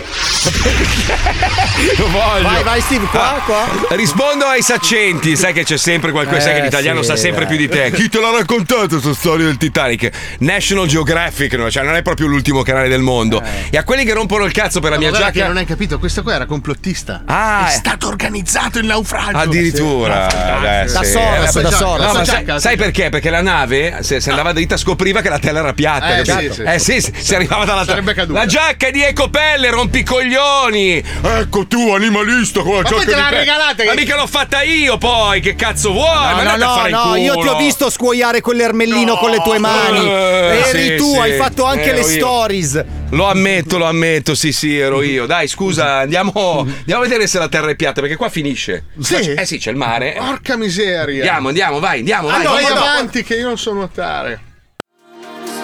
Lo voglio. Vai, vai Steve, qua, qua. Rispondo ai saccenti, sai che c'è sempre qualcosa, Eh, sai che l'italiano sì, sa sempre eh. più di te. Chi te l'ha raccontato questa storia del Titanic? National Geographic, no? Cioè non è proprio l'ultimo canale del mondo. E a quelli che rompono il cazzo per la mia Guarda che giacca. non hai capito, questo qua era complottista. Ah, è eh. stato organizzato il naufragio. Addirittura. Eh, Da sì. Soros, Eh, da no, Soros. no, ma La sai, giacca, sai sì. perché? Perché la nave, se, se andava dritta, scopriva che la tela era piatta. Eh, capito? sì, sì. Eh sì, sì, si arrivava dalla Sarebbe caduta. La giacca di Ecopelle, rompicoglioni. Ecco tu, animalista, con la Ma giacca poi te di l'ha pelle. regalata Ma che- mica l'ho fatta io, poi. Che cazzo vuoi? Ma No, no, andate a no, fare in no, io ti ho culo. visto scuoiare quell'ermellino No. con le tue mani. Eh, Eri sì, tu, sì. hai fatto anche Ero le io. stories. Lo ammetto, lo ammetto, sì, sì, ero io. Dai, scusa, andiamo, andiamo a vedere se la terra è piatta, perché qua finisce. Sì? Eh sì, c'è il mare. Porca miseria. Andiamo, andiamo, vai, andiamo, vai. Vai vai. avanti che io non so nuotare.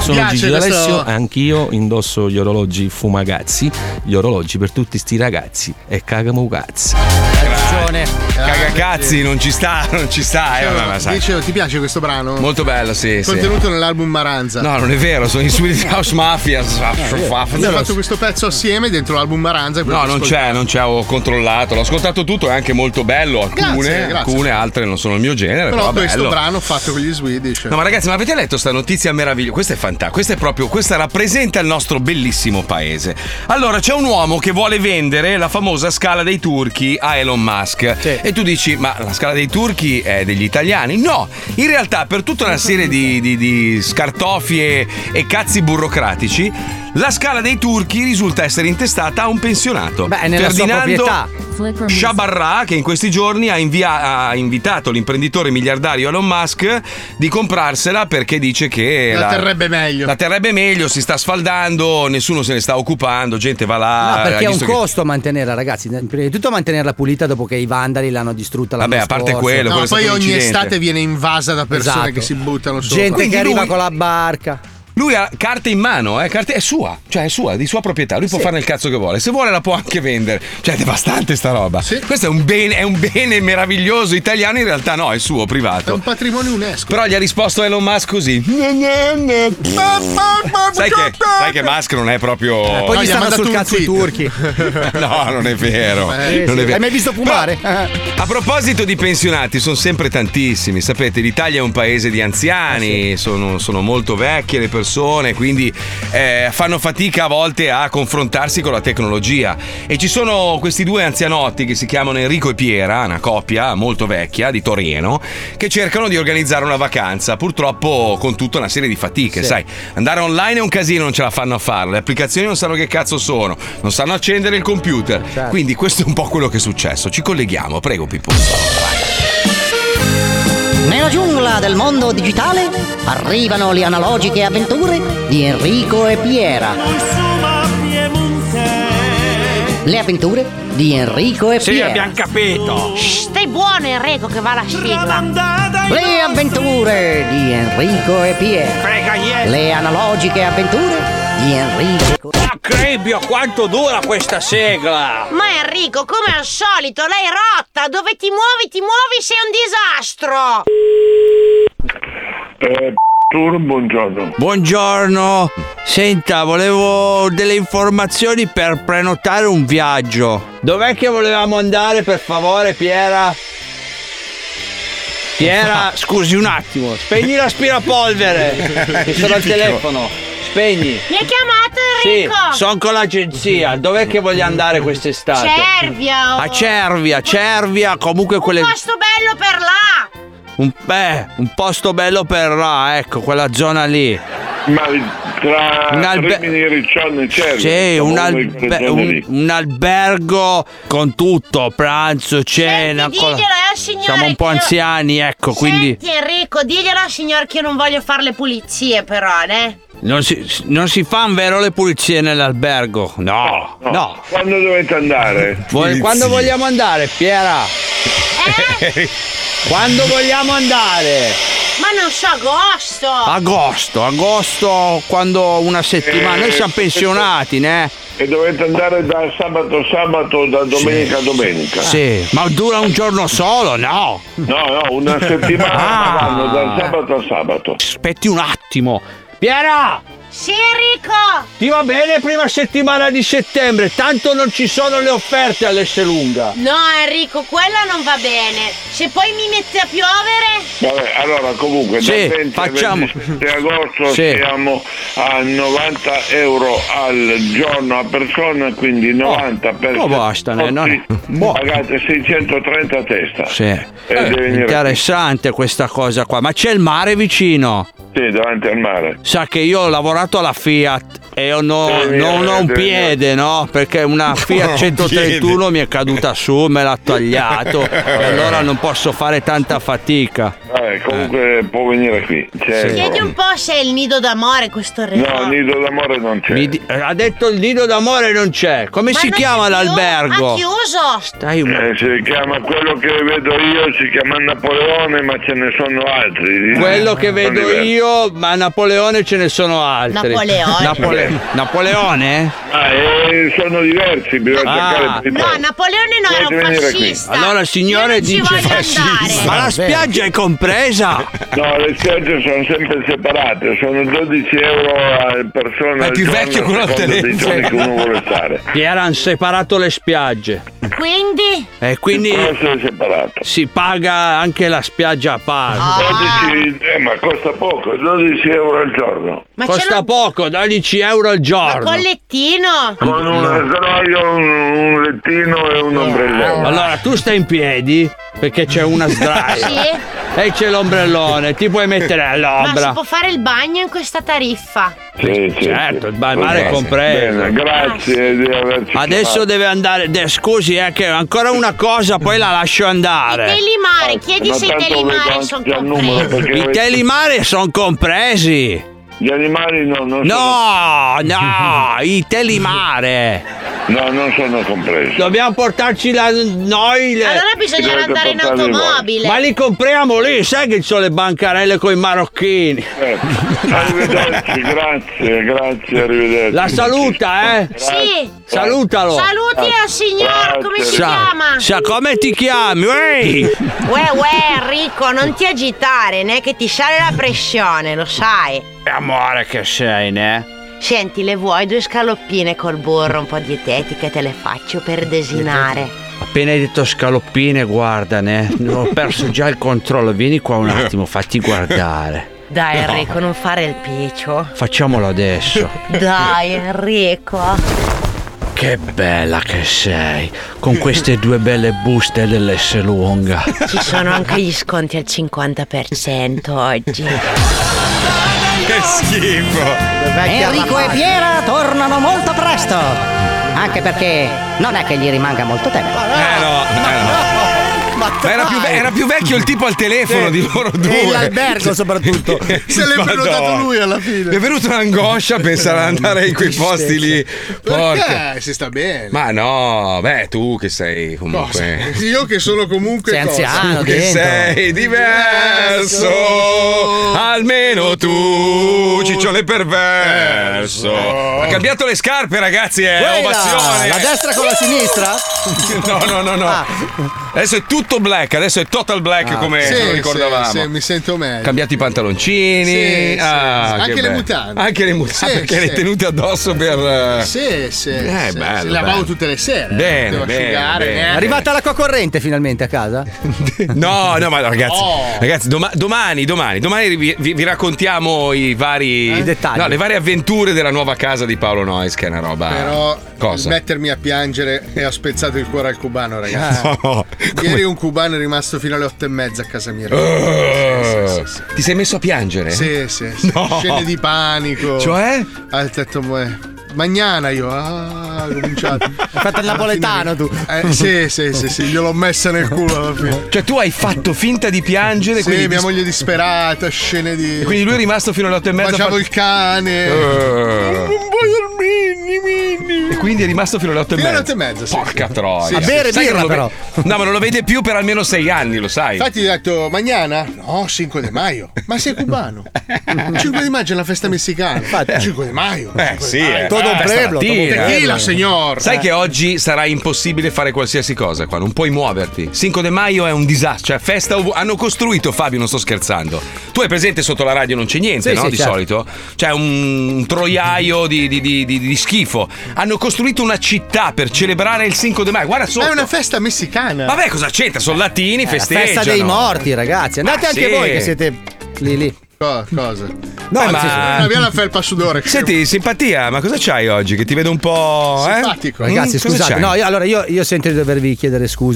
sono piace Gigi questo- D'Alessio, anch'io indosso gli orologi Fumagazzi, gli orologi per tutti sti ragazzi e cagamo cazzi. Cagacazzi, non ci sta, non ci sta. Eh, vabbè, ma sai. Dicevo, ti piace questo brano? Molto bello, sì. sì. Contenuto nell'album Maranza. No, non è vero, sono i Swedish House Mafia. Abbiamo fatto questo pezzo assieme dentro l'album Maranza. No, non c'è, non c'è, ho controllato, l'ho ascoltato tutto, è anche molto bello. Alcune, Grazie, grazie. alcune altre non sono il mio genere. Però Però, questo bello. brano fatto con gli Swedish. No, ma ragazzi, ma avete letto sta notizia meravigliosa? Questa è fantastica, questa è proprio, questa rappresenta il nostro bellissimo paese. Allora, c'è un uomo che vuole vendere la famosa Scala dei Turchi a Elon Musk. E tu dici, ma la Scala dei Turchi è degli italiani? No, in realtà per tutta una serie di, di, di scartofi e, e cazzi burocratici, la Scala dei Turchi risulta essere intestata a un pensionato. Beh, è nella sua proprietà. Shabarra, che in questi giorni ha, invia- ha invitato l'imprenditore miliardario Elon Musk di comprarsela perché dice che La terrebbe meglio. La terrebbe meglio, si sta sfaldando, nessuno se ne sta occupando, gente va là. No, perché hai è un visto che- costo mantenerla, ragazzi. Prima di tutto mantenerla pulita dopo che i vandali l'hanno distrutta l'anno Vabbè, a parte scorso. quello, No, poi ogni estate viene invasa da persone Esatto. che si buttano sopra. Gente Quindi che arriva lui- con la barca. Lui ha carte in mano, eh, carte è sua, cioè è sua, di sua proprietà. Lui può farne il cazzo che vuole. Se vuole la può anche vendere. Cioè è devastante sta roba. Questo è un bene, è un bene meraviglioso italiano, in realtà no, è suo, È privato. un patrimonio UNESCO. Però gli ha risposto Elon Musk così. Sai che, sai che Musk non è proprio. Eh, poi gli stanno sul cazzo i turchi. No, non è vero. Eh, non sì. è vero. Hai mai visto fumare? A proposito di pensionati, sono sempre tantissimi. Sapete, l'Italia è un paese di anziani, sono, sono molto vecchie le persone, quindi eh, fanno fatica a volte a confrontarsi con la tecnologia. E ci sono questi due anzianotti che si chiamano Enrico e Piera, una coppia molto vecchia di Torino, che cercano di organizzare una vacanza, purtroppo con tutta una serie di fatiche. Sì. Sai, andare online è un casino, non ce la fanno a fare. Le applicazioni non sanno che cazzo sono, non sanno accendere il computer. Certo. Quindi questo è un po' quello che è successo. Ci colleghiamo, prego Pippo. Nella giungla del mondo digitale arrivano le analogiche avventure di Enrico e Piera. Le avventure di Enrico e Sì, Piera. abbiamo capito. Shh, stai buono Enrico che va la sigla. Le avventure di Enrico e Piera. Frega niente. Le analogiche avventure di Enrico. Ah, Cribbio, quanto dura questa sigla? Ma Enrico, come al solito, lei rotta. Dove ti muovi, ti muovi, sei un disastro. Eh, Tur, buongiorno. Buongiorno, senta, volevo delle informazioni per prenotare un viaggio. Dov'è che volevamo andare, per favore, Piera? Piera, scusi un attimo, spegni l'aspirapolvere, che sono al telefono. Spegni. Mi hai chiamato Sì, Enrico? sono con l'agenzia. Dov'è che voglio andare quest'estate? Cervia. A Cervia, Cervia, comunque quelle... Un posto bello per là. Un, beh, un posto bello per là, ecco, quella zona lì. Ma tra Un albe- Rimini e Riccione c'è? Sì, un, albe- un, un albergo con tutto, pranzo, cena. Senti, con- diglielo al signore Siamo un po' che io- anziani, ecco, quindi Senti Enrico, diglielo al signor che io non voglio fare le pulizie però, né? non si, non si fanno vero le pulizie nell'albergo. No, no. Quando dovete andare? Vo- Quando vogliamo andare, Piera? Eh? Quando vogliamo andare? Ma non so, agosto. Agosto, agosto, quando una settimana. Noi siamo pensionati, né? E dovete andare da sabato a sabato, da domenica a domenica? Sì, ma dura un giorno solo, no? No, no, una settimana Ah. vanno da sabato a sabato. Aspetti un attimo. Piera! Sì Enrico. Ti va bene prima settimana di settembre? Tanto non ci sono le offerte all'Esselunga. No Enrico, quella non va bene. Se poi mi mette a piovere. Vabbè, allora comunque Sì, da venti facciamo. al ventisette agosto Sì. siamo a novanta euro al giorno a persona, quindi novanta per oh, basta, sette no, notti, no. pagate seicentotrenta a testa. Sì. E deve venire Interessante questa cosa qua. Ma c'è il mare vicino? Sì, davanti al mare. Sa che io ho lavorato alla Fiat e io no- Sì, non ho un sì, piede, no? Perché una Fiat centotrentuno mi è caduta su, me l'ha tagliato e allora non posso fare tanta fatica. Eh, comunque può venire qui. C'è- Chiedi un po' se è il nido d'amore questo No, resort. nido d'amore non c'è. Mi di- ha detto il nido d'amore non c'è. Come Ma si non chiama c'è più? l'albergo? Ha chiuso. Stai un... Eh, si chiama quello che vedo io, si chiama Napoleone, ma ce ne sono altri. Quello che Sono vedo diversi. io, ma Napoleone ce ne sono altri. Napoleone. Napole- Napoleone? Ah, eh, sono diversi, bisogna Ah. cercare di No, Napoleone no, era un Dovete venire qui. fascista. Allora il signore Io non ci dice voglio fascista. andare. Ma la spiaggia è compresa? No, le spiagge sono sempre separate, sono dodici euro a persona. È al più giorno, vecchio a quello al seconda dei telefono. giorni che uno vuole stare. Piera hanno separato le spiagge. Quindi? E quindi Il costo è separato. si paga anche la spiaggia a parte. dodici, eh, ma costa poco, dodici euro al giorno. Ma ce Costa l'ho- poco, dodici euro al giorno. Col lettino. Con una sdraio, un, un lettino e un ombrellone. Allora tu stai in piedi perché c'è una sdraia. Sì. E c'è l'ombrellone, ti puoi mettere Ma all'ombra. si può fare il bagno in questa tariffa? Sì, sì, Certo, sì. il ba- il mare è Bene, compreso. bene, grazie di averci Adesso chiamato. deve andare. de- scusi, eh, che ancora una cosa, poi la lascio andare. Telimare, chiedi ma se i tanto telimare vedo sono anche al numero, compresi. perché I avete- telimare sono compresi. Gli animali no, non No, no, i telimare. sono, no, non sono compresi. Dobbiamo portarci la, noi. Le, Allora bisogna Dovete andare in portarli voi. automobile. ma li compriamo lì, sai che ci sono le bancarelle con i marocchini. Eh, arrivederci, grazie, grazie, arrivederci. La saluta, eh? Sì. Salutalo. Saluti al signor, come si Sa, chiama? sa come ti chiami? Ehi! Uè, uè, Enrico, non ti agitare, né? Che ti sale la pressione, lo sai. Amore che sei, ne? Senti, le vuoi due scaloppine col burro un po' dietetiche? Te le faccio per desinare. Appena hai detto scaloppine, guarda, ne? Ho perso già il controllo. Vieni qua un attimo, fatti guardare. Dai, Enrico, non fare il piccio. Facciamolo adesso. Dai, Enrico. Che bella che sei, con queste due belle buste dell'S lunga. Ci sono anche gli sconti al cinquanta per cento oggi. Che schifo. Enrico e Piera tornano molto presto. Anche perché non è che gli rimanga molto tempo. Eh no, eh no. Ma era, più ve- era più vecchio il tipo al telefono Sì. di loro due. E l'albergo soprattutto. Se l'è prenotato Madonna. lui alla fine. Mi è venuta un'angoscia a pensare ad andare in quei posti lì. Porca. Perché? Si sta bene. Ma no, beh, tu che sei comunque. Cosa? Io che sono comunque Sei cosa? anziano, Tu che dentro. sei diverso, almeno tu, ciccione perverso. Ha cambiato le scarpe, ragazzi, è Quella, ovazione. la destra con la sinistra? No, no, no, no. Ah. Adesso è tutto black, adesso è total black Ah. come Sì, ce lo ricordavamo. sì, sì, mi sento meglio. Cambiati i pantaloncini, Sì, ah, sì, che anche le bello. mutande. Anche le mutande, Sì, perché sì. le hai tenute addosso per. eh, Sì, sì. Eh, sì, bello, sì. Lavavo bello. tutte le sere. Bene, Devo bene, asciugare. bene. È neanche- arrivata l'acqua corrente finalmente a casa? No, no, ma ragazzi, Oh. ragazzi doma- domani, domani, domani vi, vi- vi raccontiamo i vari I dettagli. no, le varie avventure della nuova casa di Paolo Noyes, che è una roba. Però Cosa? mettermi a piangere e ho spezzato il cuore al cubano, ragazzi. No, Ieri un cubano è rimasto fino alle otto e mezza a casa mia. Uh, Sì, sì, sì, Ti sei messo a piangere? sì, sì, sì. No. Scene di panico. Cioè? Ha detto, "Beh, Magnana io, ah, ho cominciato. Hai fatto il napoletano tu. Eh, sì, sì, sì, sì, gliel'ho messa nel culo alla fine. Cioè tu hai fatto finta di piangere, Sì, quindi mia dis- moglie disperata, scene di. quindi lui è rimasto fino alle otto e mezza. Baciavo fa- il cane. Eh. Non voglio dormire, mini. E quindi è rimasto fino alle otto e Fino alle mezza. otto e mezza, sì. Porca troia. Sì, A bere Sai che birra non lo però. ve- No, ma non lo vede più per almeno sei anni, lo sai. Infatti gli ho detto, Magnana? No, cinque di maio. Ma sei cubano? cinque di maggio è una festa messicana. cinque di maio. Eh sì, eh. Todo un Eh, pueblo, stamattina. todo un Tequila, signor. Sai che oggi sarà impossibile fare qualsiasi cosa qua, non puoi muoverti. cinque di maio è un disastro, cioè festa ov- hanno costruito, Fabio, non sto scherzando. Tu hai presente sotto la radio non c'è niente, Sì, no? sì, di certo. solito. C'è un, un troiaio di, di- di- di- di schifo. Hanno costruito una città per celebrare il cinque di maio. Guarda Ma sotto. è una festa messicana. Vabbè, cosa c'entra? Sono latini, La festeggiano. festa dei morti, ragazzi. Andate Ma anche sì. voi che siete lì lì. Co- cosa? No, Eh, nel senso- ma- Ah, via la felpa sudore. Senti, simpatia, ma cosa c'hai oggi? Che ti vedo un po'. Eh? Simpatico. Ragazzi, Mm, cosa scusate, c'hai? no, io, allora io, io sento di dovervi chiedere scusa.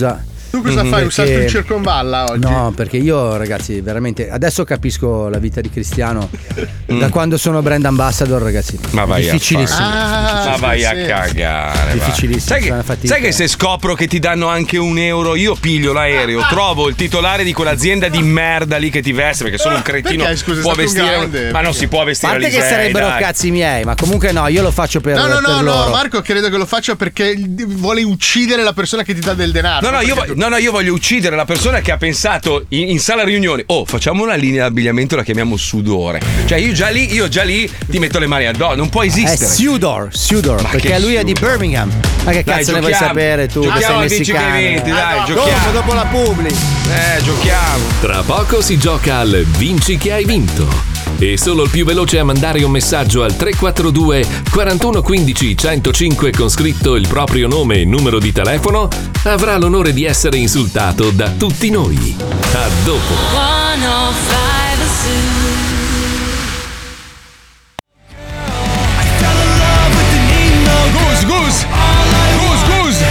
Tu cosa fai? Un salto in circonvalla oggi? No, perché io, ragazzi, veramente adesso capisco la vita di Cristiano. Mm. Da quando sono brand ambassador, ragazzi. Ma vai a difficilissimo. Ah, ma vai a cagare. Difficilissimo. Sai che, sai che se scopro che ti danno anche un euro, io piglio l'aereo, trovo il titolare di quell'azienda di merda lì che ti veste, perché sono un cretino. Perché, scusa, è può stato un vestire. grande. Ma non si può A vestire parte che Alisei, sarebbero dai. cazzi miei, ma comunque no, io lo faccio per, No, no, per no, loro. no, Marco credo che lo faccia perché vuole uccidere la persona che ti dà del denaro. No no, io voglio, no, no, io voglio uccidere la persona che ha pensato in, in sala riunioni. Oh, facciamo una linea di abbigliamento, la chiamiamo sudore. Cioè, io già lì, io già lì ti metto le mani addosso. Non può È esistere. Sudor, Sudor, Ma perché che lui è di Sudor? Birmingham. Ma che Dai, cazzo ne vuoi giochiamo. sapere tu? Giochiamo che sei al vinci che messicano? vinti, dai, Ah, no, giochiamo. dopo, dopo la Publi. Eh, giochiamo. Tra poco si gioca al Vinci che hai vinto. E solo il più veloce a mandare un messaggio al tre quattro due quarantuno quindici centocinque con scritto il proprio nome e numero di telefono avrà l'onore di essere insultato da tutti noi. A dopo. Goose, goose. Goose, goose.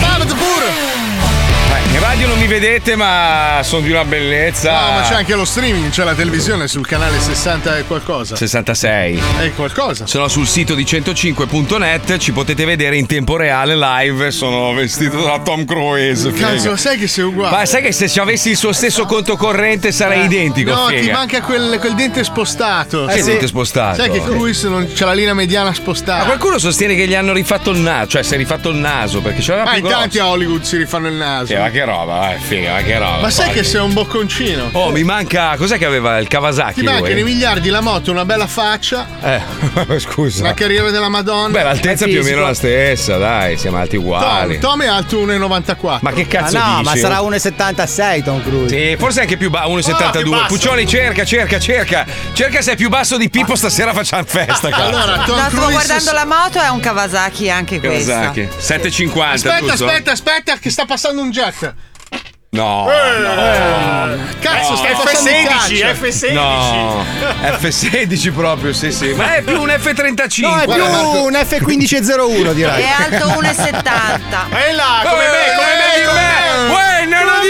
Eh, in radio non mi vedete, ma sono di una bellezza. No, ma c'è anche lo streaming, c'è la televisione sul canale sessanta e qualcosa. sessantasei. È qualcosa. Sono sul sito di centocinque punto net, ci potete vedere in tempo reale live. Sono vestito da Tom Cruise. Cazzo, figa. sai che sei uguale. Ma sai che se ci avessi il suo stesso conto corrente sarei identico? No, figa. ti manca quel, quel dente spostato. Che dente spostato? Sai che Cruise non c'è la linea mediana spostata. Ma qualcuno sostiene che gli hanno rifatto il naso, cioè si è rifatto il naso perché c'era Ma più in grosso. tanti a Hollywood si rifanno il naso. Eh, ma che roba, vai, figa, ma che roba. Ma sai Porca. che sei un bocconcino? Oh, mi manca. Cos'è che aveva il Kawasaki? Ti mancano lui? i miliardi, la moto, una bella faccia, Eh, scusa. una carriera della Madonna. Beh, l'altezza è più o meno la stessa, dai, siamo alti uguali. Tom, Tom è alto uno virgola novantaquattro. Ma che cazzo Ma no, dici? ma sarà uno virgola settantasei Tom Cruise. Sì, forse anche più basso, uno virgola settantadue. Ah, più basso. Puccioni, cerca, cerca, cerca. Cerca se è più basso di Pippo, stasera facciamo festa. cazzo. Allora, Tom No, stavo Cruise. guardando la moto, è un Kawasaki anche questa. Kawasaki. sette e cinquanta, Aspetta, giusto? aspetta, aspetta, che sta passando un jet. No, Eh, no. eh. Cazzo, No. stai F facendo il sedici, calcio. F sedici. No, F sedici proprio, sì, sì. Ma è più un F trentacinque. No, è più Guarda, Marco. un F quindici zero uno direi. È alto uno virgola settanta. E là, come me, come me, come me. Uè, nano di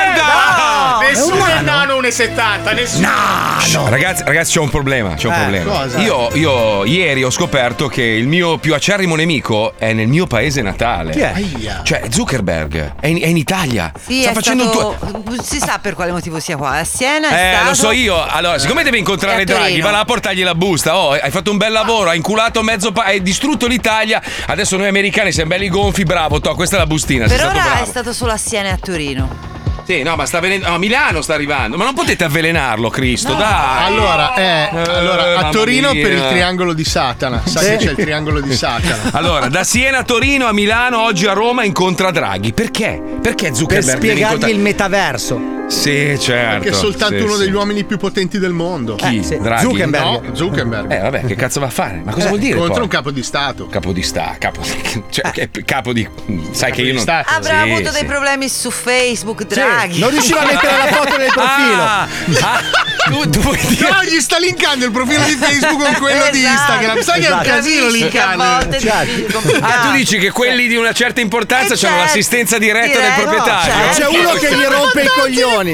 merda! Nessuno è nano uno virgola settanta, nessuno. No, ragazzi, ragazzi, c'è un problema. C'è un Eh, problema. cosa? Io, io ieri ho scoperto che il mio più acerrimo nemico è nel mio paese natale. Chi è? Aia. Cioè, Zuckerberg è in, è in Italia. Sì, Sta è facendo stato... un tuo. Si sa per quale motivo sia qua. A Siena è Eh, stato... lo so io. Allora, siccome deve incontrare È a Draghi, Torino. va là a portargli la busta. Oh, hai fatto un bel lavoro, hai inculato mezzo pa- hai distrutto l'Italia. Adesso noi americani siamo belli gonfi, bravo, to, questa è la bustina. Per sei stato ora bravo. è stato solo a Siena e a Torino. Sì, no, ma sta venendo. No, Milano sta arrivando. Ma non potete avvelenarlo, Cristo, dai. Allora, eh, allora a mamma Torino mia. per il triangolo di Satana. Sai che c'è il triangolo di Satana. Allora, da Siena a Torino a Milano, oggi a Roma incontra Draghi. Perché? Perché Per Zuckerberg deve spiegargli incontrare- il metaverso. Sì, certo. Che è soltanto sì, uno sì. degli uomini più potenti del mondo. Chi? Eh, sì. Draghi? Zuckerberg. No, Zuckerberg. Eh, vabbè, che cazzo va a fare? Ma cosa vuol dire? Contro poi? un capo di Stato. Capo di sta, capo, cioè, che- capo di. Sai che di io non. Stato. Avrà Sì, avuto sì. dei problemi su Facebook, Draghi. Non riusciva a mettere la foto nel profilo. Ah, ah, tu, tu vuoi dire. No, gli sta linkando il profilo di Facebook con quello di Esatto. Instagram. Sai che è un Esatto. casino Capisci che a linkarli. volte è Certo. difficile, complicato. Ah, tu dici che quelli di una certa importanza Eh, hanno certo. l'assistenza diretta del Diretta. proprietario? No, C'è uno che gli rompe i coglioni.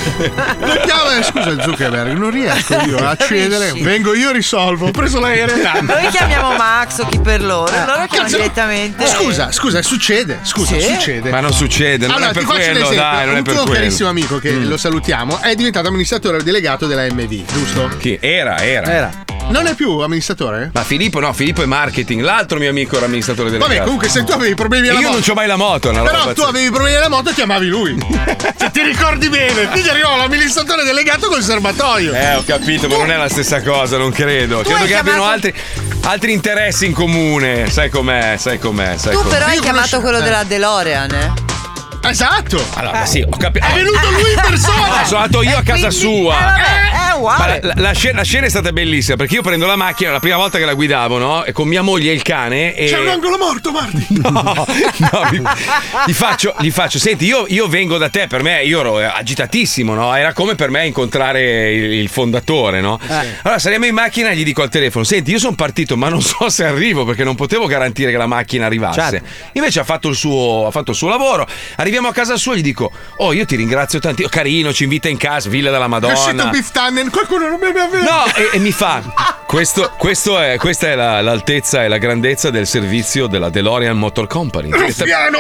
Lo chiama, eh, scusa Zuckerberg, non riesco io a accedere. Capisci? Vengo io, risolvo. Ho preso l'aereo. Noi chiamiamo Max o chi per loro, loro chiamano Cazzo, direttamente. Scusa, scusa, succede. Scusa, Sì? succede. Ma non succede, non Allora, è per ti faccio un quello, esempio. dai, non è un per tuo quello. carissimo amico che Mm. lo salutiamo è diventato amministratore delegato della M V, giusto? Chi? Era, era. Era. Non è più amministratore? Ma Filippo no, Filippo è marketing, l'altro mio amico era amministratore del Vabbè, comunque se tu avevi problemi alla io moto. non c'ho mai la moto, una roba Però tu pazzesca. avevi problemi alla moto e chiamavi lui. Se ti ricordi bene, ti arrivò l'amministratore delegato col serbatoio. Eh, ho capito, ma non è la stessa cosa, non credo. Tu Credo hai che abbiano chiamato- altri, altri interessi in comune. Sai com'è, sai com'è, sai Tu com'è. però hai Io chiamato conosco- quello eh. della DeLorean, eh? Esatto. Allora, sì, ho capito. È venuto lui in persona. Ah, sono andato io a casa Quindi- sua. Eh, vabbè, è Ma la, uguale. la- la scena, la scena è stata bellissima perché io prendo la macchina la prima volta che la guidavo, no? E con mia moglie e il cane. E... C'è un angolo morto, Marti. No, no, gli, gli faccio, gli faccio, senti, io, io vengo da te, per me, io ero agitatissimo, no? Era come per me incontrare il, il fondatore, no? Allora saliamo in macchina e gli dico al telefono, senti, io sono partito, ma non so se arrivo perché non potevo garantire che la macchina arrivasse. Certo. Invece ha fatto il suo, ha fatto il suo lavoro, arriva arriviamo a casa sua e gli dico: oh, io ti ringrazio tanto, carino, ci invita in casa, Villa della Madonna. È uscito Beef Tannen, qualcuno non mi aveva. No, e, e mi fa: questo, questo è, questa è la, l'altezza e la grandezza del servizio della DeLorean Motor Company. Ruffiano!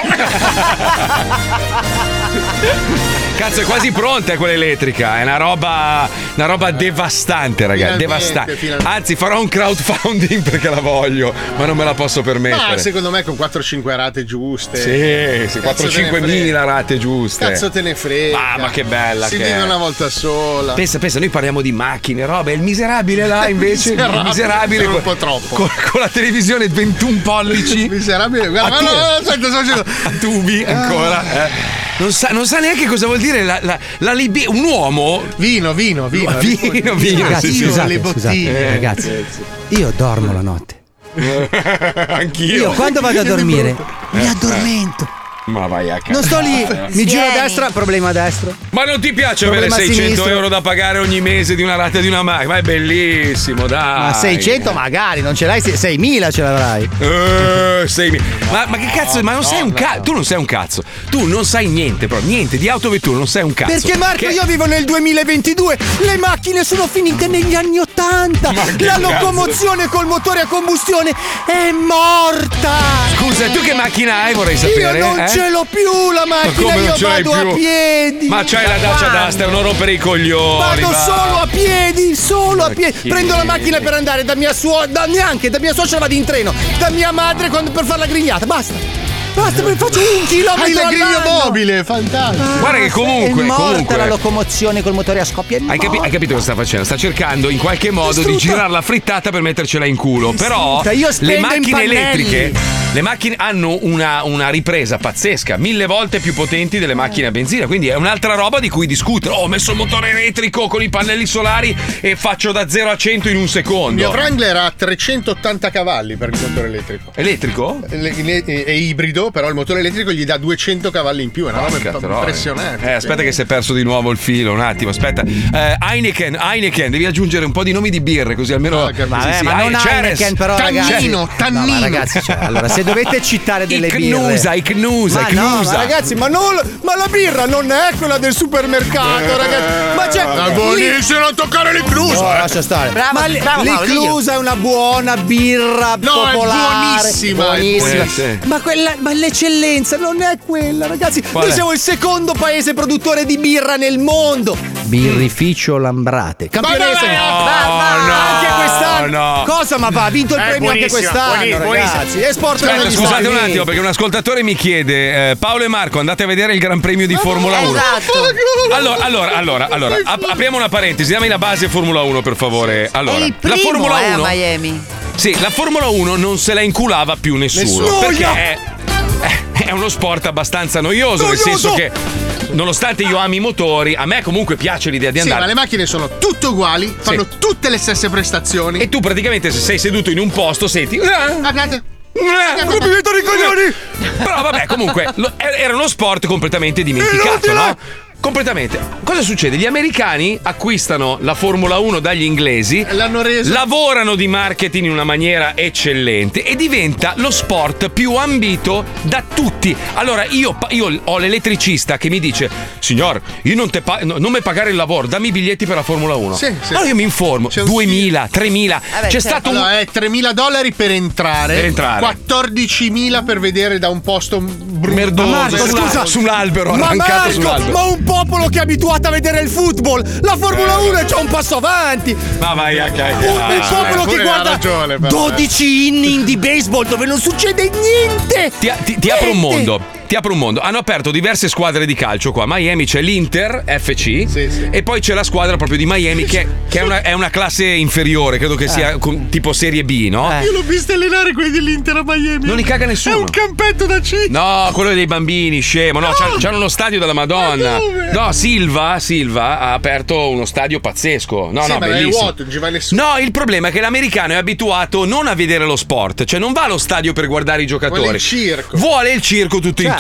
Cazzo, è quasi pronta quella elettrica. È una roba, una roba devastante, ragazzi. Finalmente, Devastante. finalmente. Anzi, farò un crowdfunding perché la voglio, ma non me la posso permettere. Ma secondo me con quattro cinque rate giuste. Sì, sì, quattro cinque mila rate giuste. Cazzo te ne frega. Ah, ma che bella si che vive è. una volta sola. Pensa, pensa, noi parliamo di macchine, roba, e il miserabile là invece, Miserabile, il miserabile un con, po' troppo. Con, con la televisione ventuno pollici. Miserabile, guarda, A ma no, tu- no, aspetta, sto facendo. a tubi ancora. Eh. Non sa, non sa neanche cosa vuol dire la, la, la libi- un uomo. Vino, vino, vino. Vino, vino. Ragazzi, sì, sì. scusate, le bottiglie. scusate, Eh, ragazzi, io dormo la notte. Anch'io. Io quando vado a dormire mi addormento. Ma vai a casa. Non sto lì, mi giro a destra, problema a destra. Ma non ti piace Problema avere a seicento sinistra. euro da pagare ogni mese di una rata di una macchina? Ma è bellissimo, dai. Ma seicento magari, non ce l'hai, se- seimila ce l'avrai. Eh, sei- ma, ma che cazzo? Ma non sei un cazzo. Tu non sei un cazzo. Tu non sai niente, proprio niente di autovetture, non sei un cazzo. Perché Marco, Che- io vivo nel duemilaventidue, le macchine sono finite negli anni ottanta. Ma che La cazzo? locomozione col motore a combustione è morta. Scusa, tu che macchina hai, vorrei sapere? Io non eh? ce l'ho più la Ma macchina, come non io ce l'hai vado a più? piedi. Ma c'hai la Ma Dacia quando? Duster, non rompere i coglioni. Vado va. solo a piedi, solo a piedi. chi? Prendo la macchina per andare da mia suocera, da neanche da mia suocera vado in treno, da mia madre quando- per fare la grigliata. Basta. Basta, perché faccio un chilometro. Hai la griglia all'anno. mobile, fantastico. Guarda che comunque, è morta comunque- la locomozione col motore a scoppia. È Hai, capi- hai capito cosa sta facendo? Sta cercando in qualche modo di Distrutta. girare la frittata per mettercela in culo. Però Distrutta. Io le spendo in macchine pannelli. elettriche, le macchine hanno una, una ripresa pazzesca, mille volte più potenti delle macchine a benzina. Quindi è un'altra roba di cui discutere. Oh, ho messo il motore elettrico con i pannelli solari e faccio da zero a cento in un Il secondo. mio Wrangler ha trecentottanta cavalli per il motore elettrico. Elettrico? Le- le- È ibrido, però il motore elettrico gli dà duecento cavalli in più. È una roba Porca troia. impressionante. Eh, aspetta che si è perso di nuovo il filo, un attimo, aspetta. Eh, Heineken, Heineken, devi aggiungere un po' di nomi di birre così almeno. Ah, capito. Vabbè, Sì, sì, ma non Ceres. Heineken, però, ragazzi. Tannino, tannino. No, ma ragazzi, cioè, allora, se dovete citare delle Icnusa, birre. Icnusa, Ma no, Icnusa. ma ragazzi, ma, non, ma la birra non è quella del supermercato, ragazzi. Ma c'è. Ma buonissimo, non toccare l'Icnusa. No, lascia stare. Bravo, ma l- bravo, Paolo, l'Iclusa è una buona birra No, è popolare. buonissima. Buonissima. Eh, sì. Ma, quella, ma l'eccellenza non è quella, ragazzi. Qual Noi è? siamo il secondo paese produttore di birra nel mondo. Birrificio Lambrate. Campionessa. Ma no, no, anche quest'anno. no. Cosa? Ma va, ha vinto il Eh, premio anche buonissima, quest'anno, buoni- ragazzi. Esporta Aspetta, negli scusate Stati un attimo, Uniti. perché un ascoltatore mi chiede: eh, Paolo e Marco, andate a vedere il Gran Premio di Formula uno. Esatto. Allora, allora, allora, allora, ap- apriamo una parentesi, dammi la base Formula uno, per favore. Allora, È il la primo Formula eh, a uno. Miami. Sì, la Formula uno non se la inculava più nessuno. Nessuno. Perché Noia. è, è- è uno sport abbastanza noioso, nel Noioso. senso che, nonostante io ami i motori, a me comunque piace l'idea di Sì, andare. ma le macchine sono tutte uguali, fanno tutte le stesse prestazioni. E tu praticamente se sei seduto in un posto senti. "Ah, Guardate. eh, non mi mettono i coglioni!" Però vabbè, comunque lo- era uno sport completamente dimenticato, no? Completamente. Cosa succede? Gli americani acquistano la Formula uno dagli inglesi, L'hanno reso. lavorano di marketing in una maniera eccellente e diventa lo sport più ambito da tutti. Allora io, io ho l'elettricista che mi dice: signor, io non, te pa- no, non mi pagare il lavoro, dammi i biglietti per la Formula uno. Sì, sì. Allora io mi informo, C'è un duemila, tremila. Vabbè, C'è certo. stato un... Allora, è tremila dollari per entrare, Per entrare. quattordicimila per vedere da un posto brutto. merdoso, Marco, su, un- scusa. su un albero, Ma arrancato Marco, su un albero. ma un popolo che è abituato a vedere il football, la Formula uno c'ha un passo avanti. Ma vai a Un, cagare. un popolo pure che ha guarda ragione, però, dodici inning di baseball dove non succede niente. Ti, ti- ti apro un Niente. mondo. Ti apro un mondo. Hanno aperto diverse squadre di calcio qua. A Miami c'è l'Inter F C Sì, sì. e poi c'è la squadra proprio di Miami che, che è, una, è una classe inferiore, credo che sia con- tipo Serie B, no? Eh. Io l'ho visto allenare quelli dell'Inter a Miami. Non li caga nessuno. È un campetto da C. No, quello dei bambini, scemo. No, c'hanno, c'hanno uno stadio della Madonna. Ma dove? No, Silva, Silva ha aperto uno stadio pazzesco. No, Sì, no, ma è bellissimo. vuoto, non ci va nessuno. No, il problema è che l'americano è abituato non a vedere lo sport, cioè non va allo stadio per guardare i giocatori. Vuole il circo. Vuole il circo tutto Certo.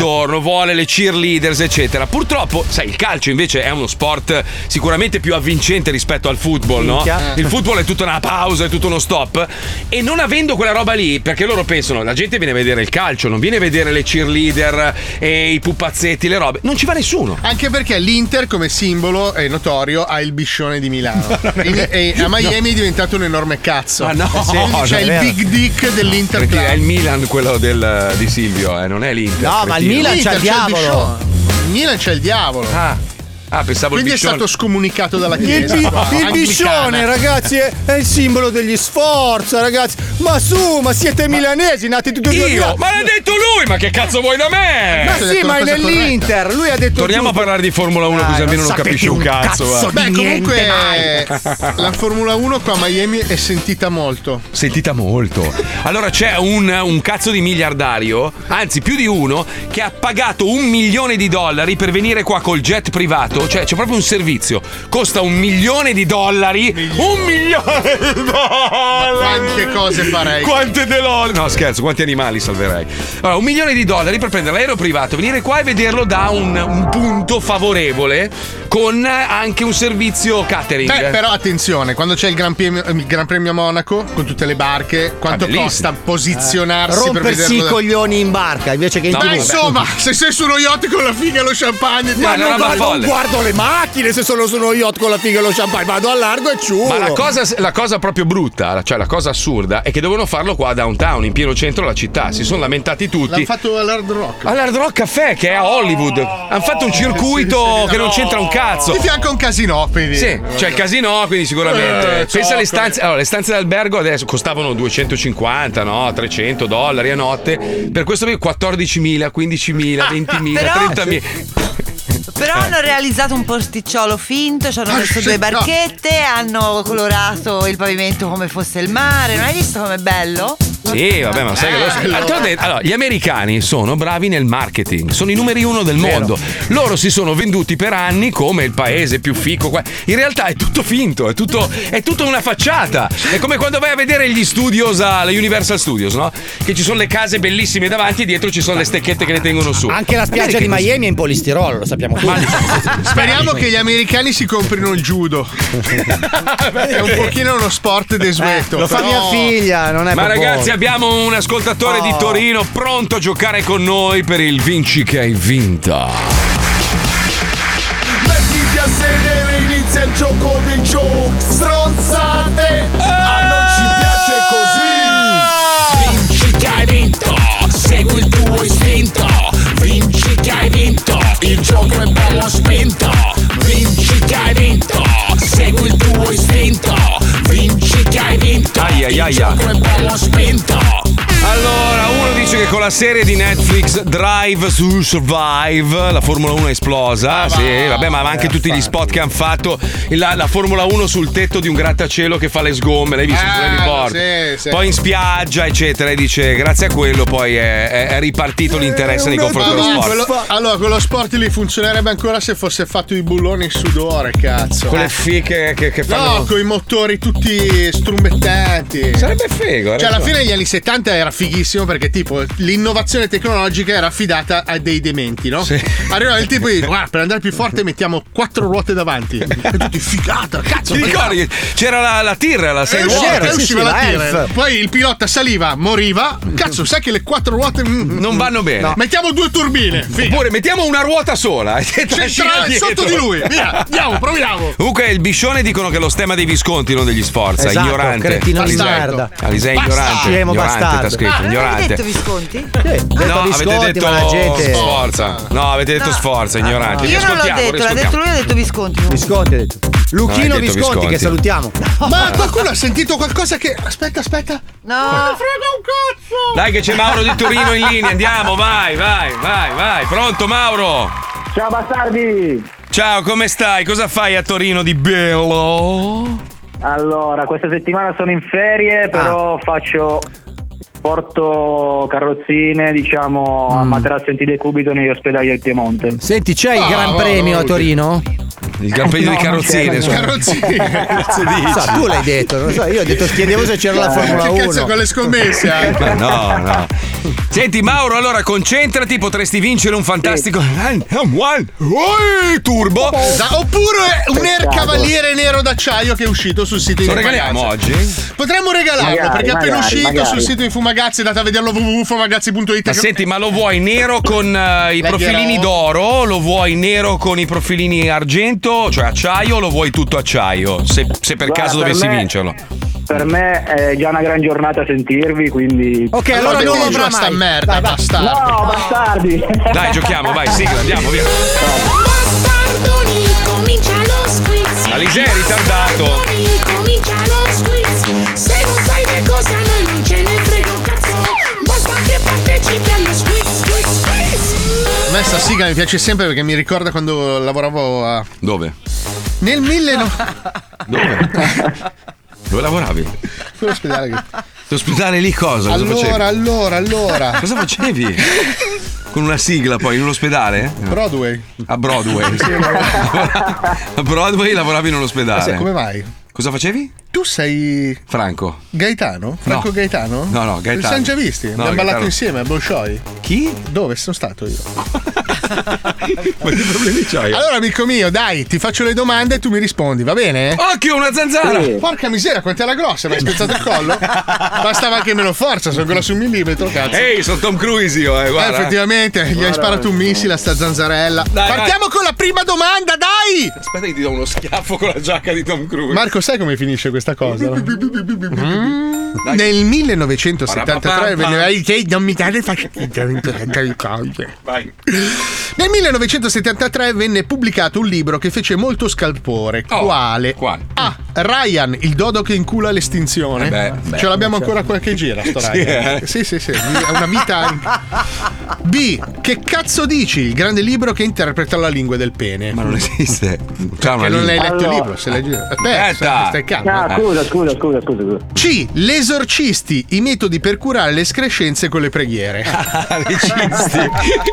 intorno, vuole le cheerleaders, eccetera. Purtroppo, sai, il calcio invece è uno sport sicuramente più avvincente rispetto al football, no? Minchia. Il football è tutta una pausa, è tutto uno stop. E non avendo quella roba lì, perché loro pensano, la gente viene a vedere il calcio, non viene a vedere le cheerleader e i pupazzetti, le robe. Non ci va nessuno. Anche perché l'Inter, come simbolo, è notorio, ha il biscione di Milano. In- e a Miami è diventato un enorme cazzo. Ma no, Quindi non c'è è il vero. big dick dell'Inter Perché Club. è il Milan quello del, di Silvio, eh, non è l'Inter. No, ma il cretino. Milan c'ha il diavolo. biscione. Il Milan c'è il diavolo. Ah. Ah, pensavo Quindi il è biscione. stato scomunicato dalla Il, chiesa. bi- Wow. il Anglicana. biscione, ragazzi, è, è il simbolo degli sforzi, ragazzi. Ma su, ma siete milanesi, nati tutti e due. Io? Ma l'ha detto lui, ma che cazzo vuoi da me? Ma sì, ma è nell'Inter. Lui ha detto. Torniamo giusto. a parlare di Formula uno, così Dai, almeno non non sapete capisci un un cazzo. cazzo va. Beh, comunque mai. la Formula uno qua a Miami è sentita molto. Sentita molto. Allora c'è un, un cazzo di miliardario, anzi più di uno, che ha pagato un milione di dollari per venire qua col jet privato. Cioè c'è proprio un servizio. Costa un milione di dollari. Un milione di dollari. Quante cose farei? Quante DeLorean. No, scherzo, quanti animali salverei. Allora, un milione di dollari per prendere l'aereo privato, venire qua e vederlo da un, un punto favorevole con anche un servizio catering. Beh, però attenzione, quando c'è il Gran Premio, il Gran Premio a Monaco con tutte le barche, quanto Ah, bellissimo. costa posizionarsi per Rompersi vederlo i da- coglioni in barca invece che in Ma tv. insomma, se sei su uno yacht con la figa e lo champagne, ti Ma una non, roba guardo, non folle. guardo le macchine se sono su uno yacht con la figa e lo champagne, vado a largo e ciulo. Ma la cosa, la cosa proprio brutta, cioè la cosa assurda, è che dovevano farlo qua a downtown, in pieno centro della città. Si sono lamentati tutti. l'hanno fatto all'Hard Rock. All'Hard Rock Caffè, che è a Hollywood. Hanno fatto un circuito sì, sì, che non no. c'entra un cazzo. Di fianco a un casino, quindi. Sì, c'è il casino, quindi sicuramente. Eh, Pensa alle zoccoli. stanze. Allora, le stanze d'albergo adesso costavano duecentocinquanta, no? trecento dollari a notte. Per questo qui quattordicimila, quindicimila, ventimila, Però- trentamila. Però hanno realizzato un posticciolo finto, ci hanno Ah, messo sì, due no. barchette, hanno colorato il pavimento come fosse il mare. Non hai visto com'è bello? Sì, vabbè, ma sai che loro. Bello. Ah, te l'ho detto, allora, gli americani sono bravi nel marketing, sono i numeri uno del mondo. Loro si sono venduti per anni come il paese più fico. qua- In realtà è tutto finto, è tutto, è tutto una facciata. È come quando vai a vedere gli studios alla Universal Studios, no? Che ci sono le case bellissime davanti e dietro ci sono le stecchette che le tengono su. Anche la spiaggia di Miami è in polistirolo, lo sappiamo tutti. Speriamo che gli americani si comprino il judo. È un pochino uno sport desueto. Eh, lo fa però- mia figlia, non è Ma proprio- ragazzi, abbiamo un ascoltatore Oh. di Torino pronto a giocare con noi per il Vinci che hai vinto. Mettiti a sedere, inizia il gioco dei giochi. Stronzate, a non ci piace così. Vinci che hai vinto, segui il tuo istinto. Vinci che hai vinto, il gioco è bello spinto. Vinci che hai vinto, segui il tuo istinto. Vinci che hai vinto, Ai, ai, ai, il gioco è bello spinto. Allora, uno dice che con la serie di Netflix Drive to Survive la Formula uno è esplosa. Sì, vabbè, ma anche tutti gli spot che hanno fatto. La, la Formula uno sul tetto di un grattacielo che fa le sgomme, l'hai visto? Eh, Sulle riporti. sì, sì. Poi in spiaggia, eccetera. E dice, grazie a quello poi è, è- è ripartito l'interesse nei confronti dello Ma sport. quello- allora, quello sport lì funzionerebbe ancora se fosse fatto di bulloni in sudore, cazzo. Con le fiche che, che fanno. No, con i motori tutti strumbettanti. Sarebbe figo. Cioè, alla ragione. fine degli anni settanta era fighissimo perché, tipo, l'innovazione tecnologica era affidata a dei dementi, no? Sì. Arrivava il tipo e dice, guarda, per andare più forte mettiamo quattro ruote davanti. E tutti, figata, cazzo. Ti ricordi che c'era la, la tir, la sei Eh, ruote? usciva, sì, usciva sì, la la tira. Elf. Poi il pilota saliva, moriva. Cazzo, sai che le quattro ruote mm, Non vanno bene. no. Mettiamo due turbine. Figa. Oppure mettiamo una ruota sola. e C'è trascina tra- dietro. sotto di lui. Via, andiamo, proviamo. Comunque il biscione dicono che è lo stemma dei Visconti, non degli Sforza. Esatto, ignorante. cretino di Alisei. merda. Alisei Basta. ignorante. Scemo ignorante, bastardo. t'ha scritto, Ah, non ignorante. avete detto Visconti? Sì, detto No, avete Visconti, detto ma la gente. Sforza. No, avete detto No. Sforza, ignorante. Io non l'ho Riascoltiamo, detto, l'ha detto riascoltiamo. lui, ha detto Visconti. Visconti ha detto. No, Luchino hai detto Visconti, Visconti. che salutiamo. Ma qualcuno ha sentito qualcosa che. Aspetta, aspetta. No. Frega un cazzo. Dai che c'è Mauro di Torino in linea, andiamo, vai, vai, vai, vai. Pronto Mauro? Ciao bastardi! Ciao, come stai? Cosa fai a Torino di bello? Allora, questa settimana sono in ferie, però faccio porto carrozzine, diciamo, a Materassi Antidecubito negli ospedali del Piemonte. Senti, c'è il Ah, Gran va, Premio va, a Torino? Il Gran Premio No, di non carrozzine, c'è, insomma. Carrozzine. Cazzo dici? So, tu l'hai detto, non so, io ho detto chiedevo se c'era la Formula Che cazzo uno. con le scommesse? eh? Ma no, no. Senti Mauro, allora concentrati, potresti vincere un fantastico Oi, turbo oppure un Air Cavaliere nero d'acciaio che è uscito sul sito di Lo Fumagazzi. regaliamo oggi? Potremmo regalarlo Magari, perché è appena magari, uscito magari. sul sito di Fumagazzi, andate a vederlo w w w punto fumagazzi punto it. Ma senti, ma lo vuoi nero con uh, i Legherò. profilini d'oro? Lo vuoi nero con i profilini argento, cioè acciaio, o lo vuoi tutto acciaio? Se, se per Guarda, caso per dovessi me- vincerlo. Per me è già una gran giornata sentirvi, quindi. Ok, allora non lo avrà sta merda, bastardo. No, bastardi. Dai, giochiamo, vai, sigla, andiamo, via. Bastardoni, comincia lo squiz. Alisei è ritardato. Bastardoni, comincia lo squiz. Se non sai che cosa a noi non ce ne frega un cazzo. Basta che partecipi allo squiz, squiz, squiz. A me sta sigla mi piace sempre perché mi ricorda quando lavoravo a. Dove? Nel mille. Dove? Dove lavoravi? L'ospedale che. L'ospedale lì cosa? Cosa Allora, facevi? allora, allora. Cosa facevi? Con una sigla poi in un ospedale? Broadway. A Broadway. Sì. A Broadway lavoravi in un Ma ospedale. sai come mai? Cosa facevi? Tu sei Franco. Gaetano? Franco No. Gaetano? No, no, Gaetano. Ci siamo già visti, No, abbiamo Gaetano. ballato insieme a Bolshoi. Chi? Dove sono stato io? Ma che problemi c'hai? Allora, amico mio, dai, ti faccio le domande e tu mi rispondi, va bene? Occhio, una zanzara! Sì. Porca miseria, quanto era grossa, mi hai spezzato il collo? Bastava anche meno forza, sono grosso un millimetro, cazzo. Ehi, sono Tom Cruise io, eh, Eh, guarda. effettivamente, gli hai sparato un missile a sta zanzarella. Dai, Partiamo con la prima domanda, dai! Aspetta che ti do uno schiaffo con la giacca di Tom Cruise. Marco, sai come finisce questa cosa? Mm. Nel millenovecentosettantatré venne Ehi, che non mi dare fastidio di cose. Vai. Nel millenovecentosettantatré venne pubblicato un libro che fece molto scalpore. Oh, Quale? quale? A. Ryan, il dodo che incula l'estinzione. Eh beh, beh, Ce l'abbiamo certo. ancora qualche gira, sto Sì, Ryan. eh. Sì, sì, sì. Ha una vita. B. Che cazzo dici? Il grande libro che interpreta la lingua del pene. Ma non esiste. C'ha una Che non hai lingua. letto il Allora. libro, se leggi. Aspetta. Aspetta, stai calmo. Ah, scusa, scusa, scusa, scusa, scusa. C. L'esorcisti, i metodi per curare le escrescenze con le preghiere. Le cisti.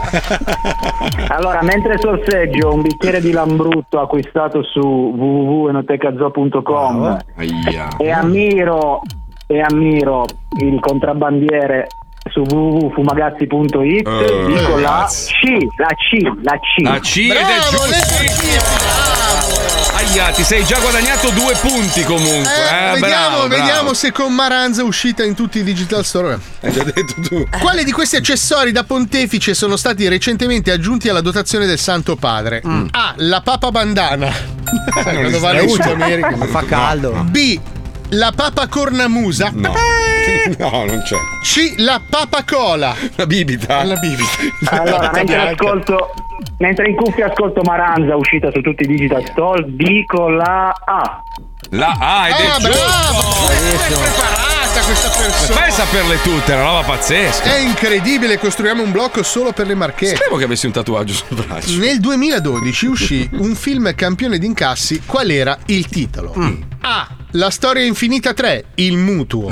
Allora, mentre sorseggio un bicchiere di Lambrutto acquistato su w w w punto enotecazoo punto com Aia. e ammiro e ammiro il contrabbandiere su w w w punto fumagazzi punto it, Eh, dico la ragazzi. C, la C, la C. La C ed è Bravo, giusto. Aia, ti sei già guadagnato due punti comunque. Eh, Eh, vediamo, bravo, vediamo bravo. se con Maranza è uscita in tutti i digital store. Hai già detto tu. Quali di questi accessori da pontefice sono stati recentemente aggiunti alla dotazione del Santo Padre? A. La papa bandana. Sai, Non quando li va sta in utile. Sud America. Fa caldo. B. La papa cornamusa. No. No, non c'è. C. La papa cola. La bibita. La bibita. Allora, mentre bianca. ascolto mentre in cuffia ascolto Maranza uscita su tutti i digital store, dico la A. La A ed è Ah, giusto. bravo! Come è preparata questa persona? Fai a saperle tutte, è una roba pazzesca. È incredibile, costruiamo un blocco solo per le marchette. Sapevo che avessi un tatuaggio sul braccio. Nel duemiladodici uscì un film campione di incassi. Qual era il titolo? Mm. A. La storia infinita tre, il mutuo.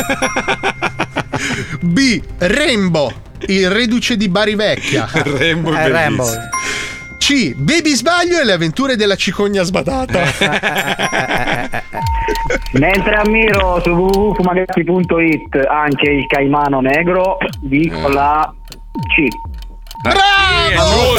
B. Rainbow, il reduce di Bari Vecchia. Rainbow è Eh, Rambo. bellissimo. C. Baby Sbaglio e le avventure della cicogna sbadata. Mentre ammiro su w w w punto fumagazzi punto it anche il caimano negro, dico la C. Bravo!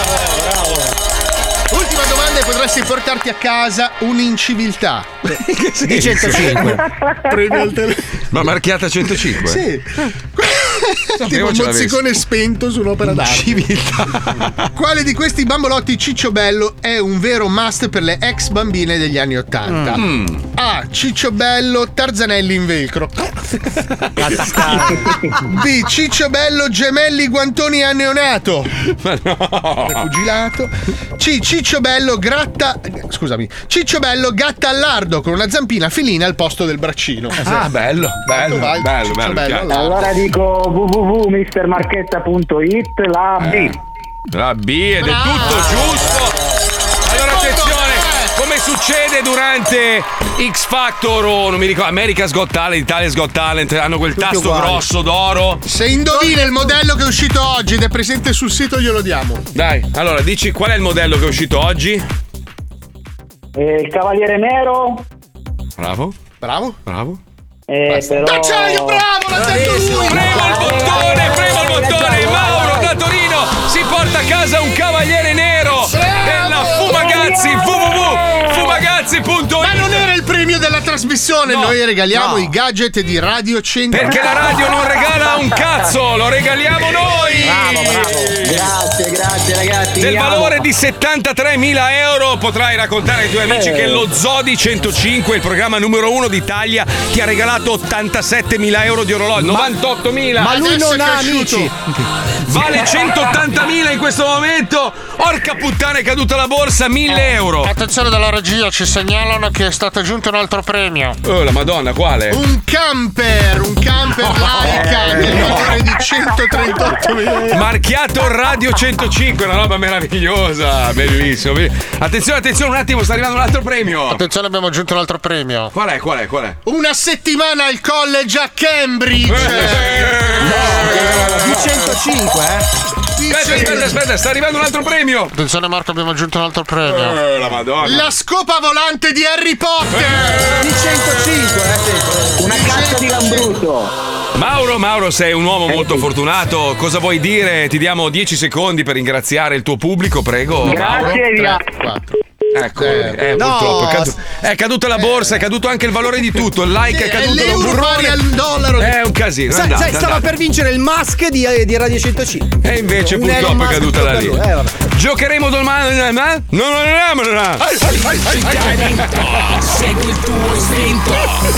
Ultima domanda e potresti portarti a casa un'inciviltà. Di centocinque. Prendi al telefono. Ma marchiata centocinque? Sì. Tipo Sapevo un ce l'avessi. mozzicone spento su un'opera d'arte. Civiltà. Quale di questi bambolotti Cicciobello è un vero must per le ex bambine degli anni Ottanta? Mm. A. Cicciobello Tarzanelli in velcro. B. Cicciobello Gemelli guantoni a neonato. Ma no. Pugilato. C. Cicciobello gratta. Scusami. Cicciobello gatta al lardo con una zampina felina al posto del braccino. Ah, bello, bello, Vai, bello, Cicciobello bello. chiaro. al lardo. Allora dico w w w punto mister marchetta punto it, la B. La B ed è tutto giusto. Allora attenzione, come succede durante X Factor o non mi ricordo, America's Got Talent, Italia's Got Talent, hanno quel tasto uguali. grosso d'oro. Se indovina il modello che è uscito oggi ed è presente sul sito, glielo diamo. Dai, allora dici qual è il modello che è uscito oggi? Eh, il cavaliere nero. Bravo, Bravo. bravo. Eh, però... D'acciaio, bravo, l'ha detto lui. Premo il bottone, persone No, noi regaliamo no. i gadget di Radio cento. Perché la radio non regala un cazzo, lo regaliamo noi! Bravo, bravo. Grazie, grazie ragazzi. Del vi amo. valore di settantatremila euro potrai raccontare ai tuoi amici Eh. che lo Zodi centocinque, il programma numero uno d'Italia, ti ha regalato ottantasettemila euro di orologio. novantottomila. Ma lui Adesso non è ha cresciuto. amici. Vale centottantamila in questo momento. Orca puttana, è caduta la borsa, mille euro. Attenzione dalla regia, ci segnalano che è stato aggiunto un altro premio. Oh, la Madonna, quale? Un camper, un camper Laika del valore di centotrentottomila euro. Marchiato Radio centocinque, una roba meravigliosa, bellissimo. be- Attenzione, attenzione, un attimo, sta arrivando un altro premio. Attenzione, abbiamo aggiunto un altro premio. Qual è, qual è, qual è? Una settimana al college a Cambridge. Di centocinque, eh? Aspetta, aspetta, aspetta, sta arrivando un altro premio. Attenzione Marco, abbiamo aggiunto un altro premio. Eh, la Madonna. La scopa volante di Harry Potter. Di centocinque, eh? Una cazzo di Lambruto. Mauro, Mauro, sei un uomo molto fortunato. Cosa vuoi dire? Ti diamo dieci secondi per ringraziare il tuo pubblico, prego. Mauro. Grazie, via. Ecco, eh, No. purtroppo è, cadu- è caduta la borsa, è caduto anche il valore di tutto. Il like è caduto, lo l'euro pari burrone. al dollaro. È un casino. Sai, andate, sai, stava andate. per vincere il mask di, di Radio centocinque. E invece Un purtroppo Elon è Musk caduta la per lui. linea. Eh, vabbè. Giocheremo domani. eh? Non lo vediamo. Segui il tuo istinto.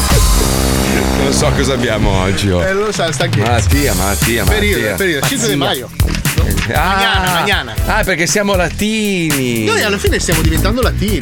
Non so cosa abbiamo oggi. Oh. Eh, lo sa, sta anche. Malattia, malattia, Periodo, malattia. periodo, cinque di maio. Ah, Mañana, mañana. Ah, perché siamo latini. Noi alla fine stiamo diventando latini.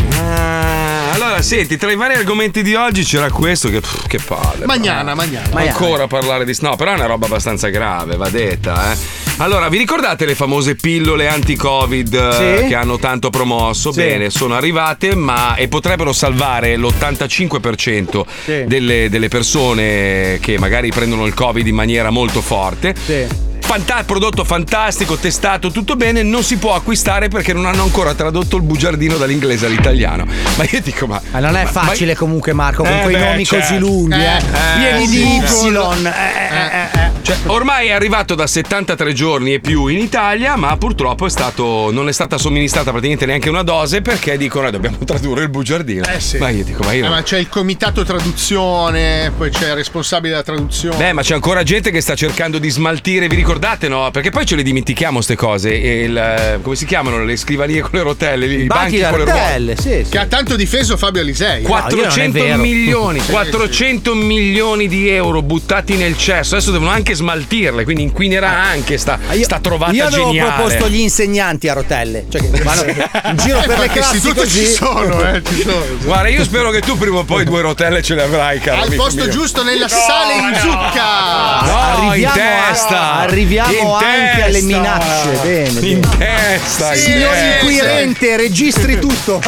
Ah, allora, senti, tra i vari argomenti di oggi c'era questo che, pff, che palle. Mañana, mañana. Ancora parlare di... No, però è una roba abbastanza grave, va detta, eh. Allora, vi ricordate le famose pillole anti-Covid eh, Sì. che hanno tanto promosso? Sì. Bene, sono arrivate, ma e potrebbero salvare l'ottantacinque per cento Sì. delle, delle persone che magari prendono il Covid in maniera molto forte. Sì. Fanta- prodotto fantastico, testato, tutto bene, non si può acquistare perché non hanno ancora tradotto il bugiardino dall'inglese all'italiano. Ma io dico, ma. Ma non è ma- facile ma- comunque, Marco, con Eh, quei beh, nomi certo. così lunghi, eh. Eh, Pieni sì, di sì. Y. Eh, eh, eh, eh. Cioè, ormai è arrivato da settantatré giorni e più in Italia, ma purtroppo è stato, non è stata somministrata praticamente neanche una dose perché dicono eh, dobbiamo tradurre il bugiardino. Eh sì. Ma io dico, ma io. Eh, ma c'è il comitato traduzione, poi c'è il responsabile della traduzione. Beh, ma c'è ancora gente che sta cercando di smaltire, vi ricordate, no? Perché poi ce le dimentichiamo ste cose. E il, come si chiamano? Le scrivanie con le rotelle, i banchi, Banchi da con le ruote. rotelle, sì, sì. Che ha tanto difeso Fabio Alisei. quattrocento milioni, Sì, quattrocento milioni di euro buttati nel cesso. Adesso devono anche smaltirle, quindi inquinerà anche sta, sta trovata Io avevo geniale. proposto gli insegnanti a rotelle, cioè che vanno in giro Eh, per le qualche classi istituto così. ci sono, eh, ci sono. Guarda, io spero che tu prima o poi due rotelle ce le avrai, caro Al amico posto mio. giusto, nella sala in zucca. No, Arriviamo in a- testa. arriviamo In anche testa. alle minacce. Bene, In bene. testa, in Signor testa. inquirente, registri tutto.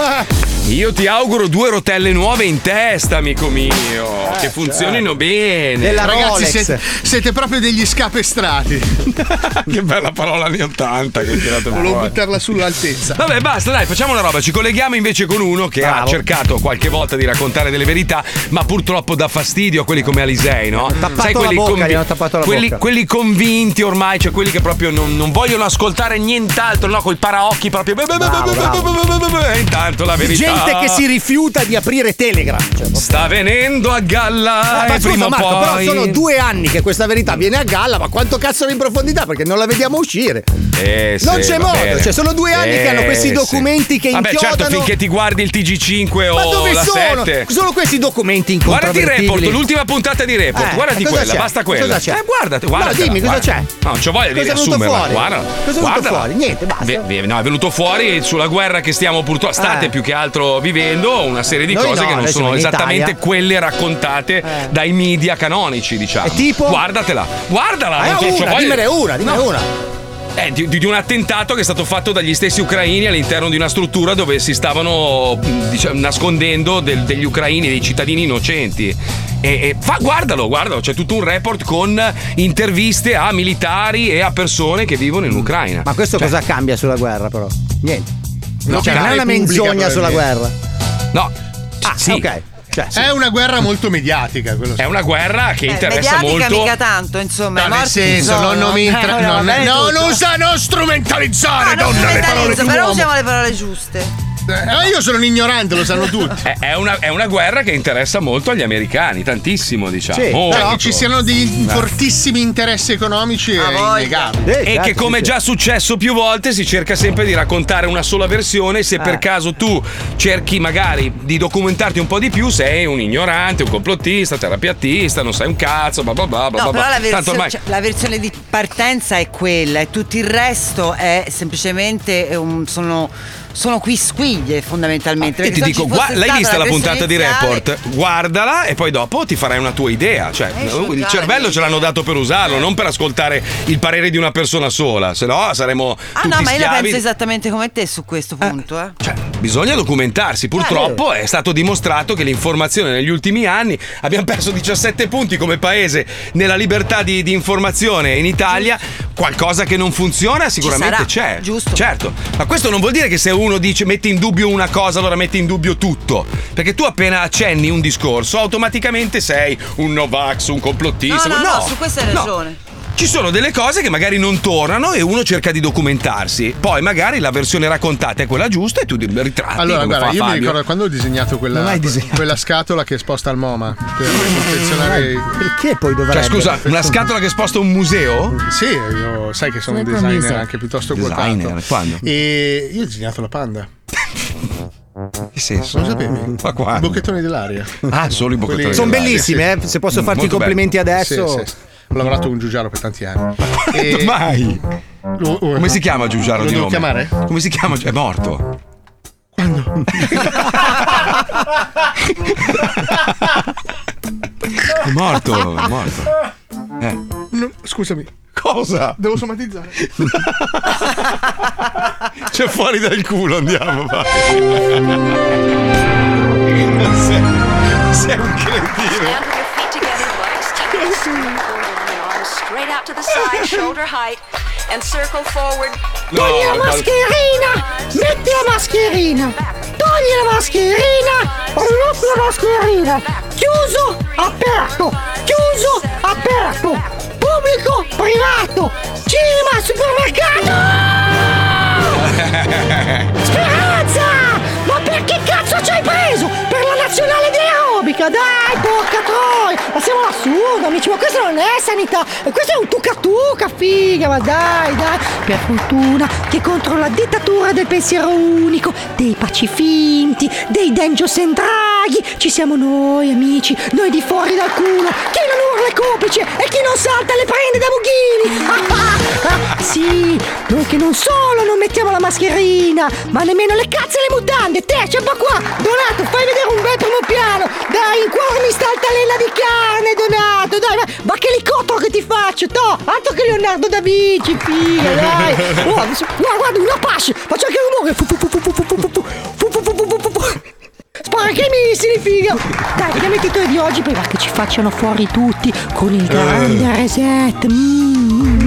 Io ti auguro due rotelle nuove in testa, amico mio. Eh, che funzionino bene. Della Ragazzi, Rolex. siete, siete proprio degli scapestrati. Che bella parola anni ottanta che ho tirato Volevo fuori. buttarla sull'altezza. Vabbè, basta, dai, facciamo una roba. Ci colleghiamo invece con uno che Bravo. ha cercato qualche volta di raccontare delle verità, ma purtroppo dà fastidio a quelli come Alisei, no? Tappato la bocca, gli hanno tappato la quelli, bocca. quelli convinti ormai, cioè quelli che proprio non, non vogliono ascoltare nient'altro, no? Col paraocchi proprio. E intanto la verità. Gente che si rifiuta di aprire Telegram. Cioè, sta venendo a galla. Ah, ma e prima scusa o Marco, poi. però sono due anni che questa verità viene a galla, ma quanto cazzo in profondità? Perché non la vediamo uscire. Eh, sì, non c'è va modo, bene. cioè sono due anni Eh, che hanno questi sì. documenti che Vabbè, inchiodano. certo, finché ti guardi il T G cinque o Ma dove la sono? sette. Sono questi documenti Guardati incontrovertibili. Report, l'ultima puntata di Report, Eh, guardati cosa quella, c'è? basta quella. Cosa c'è? Eh, guardate, No, guardatela, dimmi, cosa guarda. c'è? No, non c'ho voglia di Cosa è venuto riassumerla. fuori? Guarda. Cosa è venuto guardala. fuori? Niente, basta. Ve- ve- no, è venuto fuori sulla guerra che stiamo purtroppo state Eh. più che altro vivendo, una serie di Noi cose no, che non adesso sono in esattamente Italia. quelle raccontate dai media canonici, diciamo. E tipo? Guardatela, guardala. Ah, non c'ho- c'ho una, voglia- dimmene una, dimmene No. una. Eh, di, di un attentato che è stato fatto dagli stessi ucraini all'interno di una struttura dove si stavano diciamo, nascondendo del- degli ucraini, dei cittadini innocenti. E, e fa, guardalo, guardalo, c'è tutto un report con interviste a militari e a persone che vivono in Ucraina. Ma questo Cioè, cosa cambia sulla guerra, però? Niente. No, cioè, non è una pubblica, menzogna sulla probabilmente. guerra. No, Ah, sì. ok. Cioè, sì. È una guerra molto mediatica, quello sì. È una guerra che Eh, interessa mediatica molto. mica tanto, insomma. No, i nel morti senso, sono. non, non mi intra- Eh, non, va bene no, tutto. non usa, non strumentalizzare, Ah, non donna, le parole strumentalizzo, di però uomo. usiamo le parole giuste. Eh, io sono un ignorante, lo sanno tutti. È, è, una, è una guerra che interessa molto agli americani, tantissimo, diciamo. Sì, molto. però che ci siano dei fortissimi interessi economici è innegabile. E che come è già successo più volte si cerca sempre di raccontare una sola versione. Se per caso tu cerchi magari di documentarti un po' di più, sei un ignorante, un complottista, terapiattista, non sai un cazzo, bla bla bla bla. No, bla. però la Tanto versione, ormai- cioè, la versione di partenza è quella e tutto il resto è semplicemente un- sono, sono quisquiglie fondamentalmente. E ti perché se dico, non ci gua- fosse l'hai stata vista la versione puntata di iniziale- Report? Guardala e poi dopo ti farai una tua idea. Cioè, Eh, sì, il chiaro. cervello ce l'hanno dato per usarlo, non per ascoltare il parere di una persona sola, se no saremo Ah tutti no, ma io la schiavi. penso esattamente come te su questo punto. Eh. Cioè, bisogna documentarsi. Purtroppo è stato dimostrato che l'informazione negli ultimi anni abbiamo perso diciassette punti come paese nella libertà di, di informazione in Italia. Qualcosa che non funziona sicuramente sarà, c'è. giusto. Certo. Ma questo non vuol dire che se uno dice mette in dubbio una cosa, allora mette in dubbio tutto. Perché tu appena accenni un discorso, automaticamente sei un Novax, un complottista. No, no, no, su questo hai no. ragione. Ci sono delle cose che magari non tornano e uno cerca di documentarsi. Poi magari la versione raccontata è quella giusta e tu ritratti. Allora, come guarda, fa io mi Fabio. ricordo quando ho disegnato quella, Non hai disegnato. quella scatola che sposta il MoMA per confezionare. Perché poi dovrebbe? Cioè, scusa, una scatola che sposta un museo? Sì, io sai che sono un Sempre designer miso. anche piuttosto Designer, quotato. quando? E io ho disegnato la panda. Che senso? Non sapevi? Ma quando? I bocchettoni dell'aria. Ah, solo i bocchettoni Sono dell'aria. bellissimi, eh? Se posso farti i Molto complimenti belli. adesso. Sì, sì. Ho lavorato con Giugiaro per tanti anni. E... Mai? Lo- lo- Come si chiama Giugiaro Lo di devo nome? chiamare? Come si chiama? È morto. Quando? È morto, è morto. Eh. No, scusami. Cosa? Devo somatizzare. C'è fuori dal culo, andiamo, vai. Sei, sei un cretino. Straight out to the side, shoulder height, and circle forward. Togli la mascherina! Metti la mascherina! Togli la mascherina! Rimetti la mascherina! Chiuso, aperto! Chiuso, aperto! Pubblico, privato! Cinema, supermercato! Speranza! Ma perché cazzo ci hai preso? Per la nazionale di aerobica! Dai, porca troia! Ma siamo all'assurdo, amici! Ma questa non è sanità! Questo è un tuca-tuca, figa! Ma dai, dai! Per fortuna che contro la dittatura del pensiero unico, dei pacifinti, dei Dengios and Draghi, ci siamo noi, amici! Noi di fuori dal culo! Chi non urla è complice e chi non salta le prende da buchini! Sì! Noi che non solo non mettiamo la mascherina, ma nemmeno le cazzo e le mutande! Te, c'è un po' qua! Donato, fai vedere un bel primo piano! Dai, inquadrami sta altalena di carne, Donato! Dai, vai! Ma che elicottero che ti faccio! To! Altro che Leonardo da Vinci, figa, dai! Oh, adesso- guarda, guarda, una pasce! Faccio anche il rumore! Fu, fu, fu, fu, fu, fu, fu, fu, fu, fu, fu, fu, fu, fu. Spara anche i missili, figa! Dai, vediamo il titolo di oggi prima che ci facciano fuori tutti con il grande reset! Mm.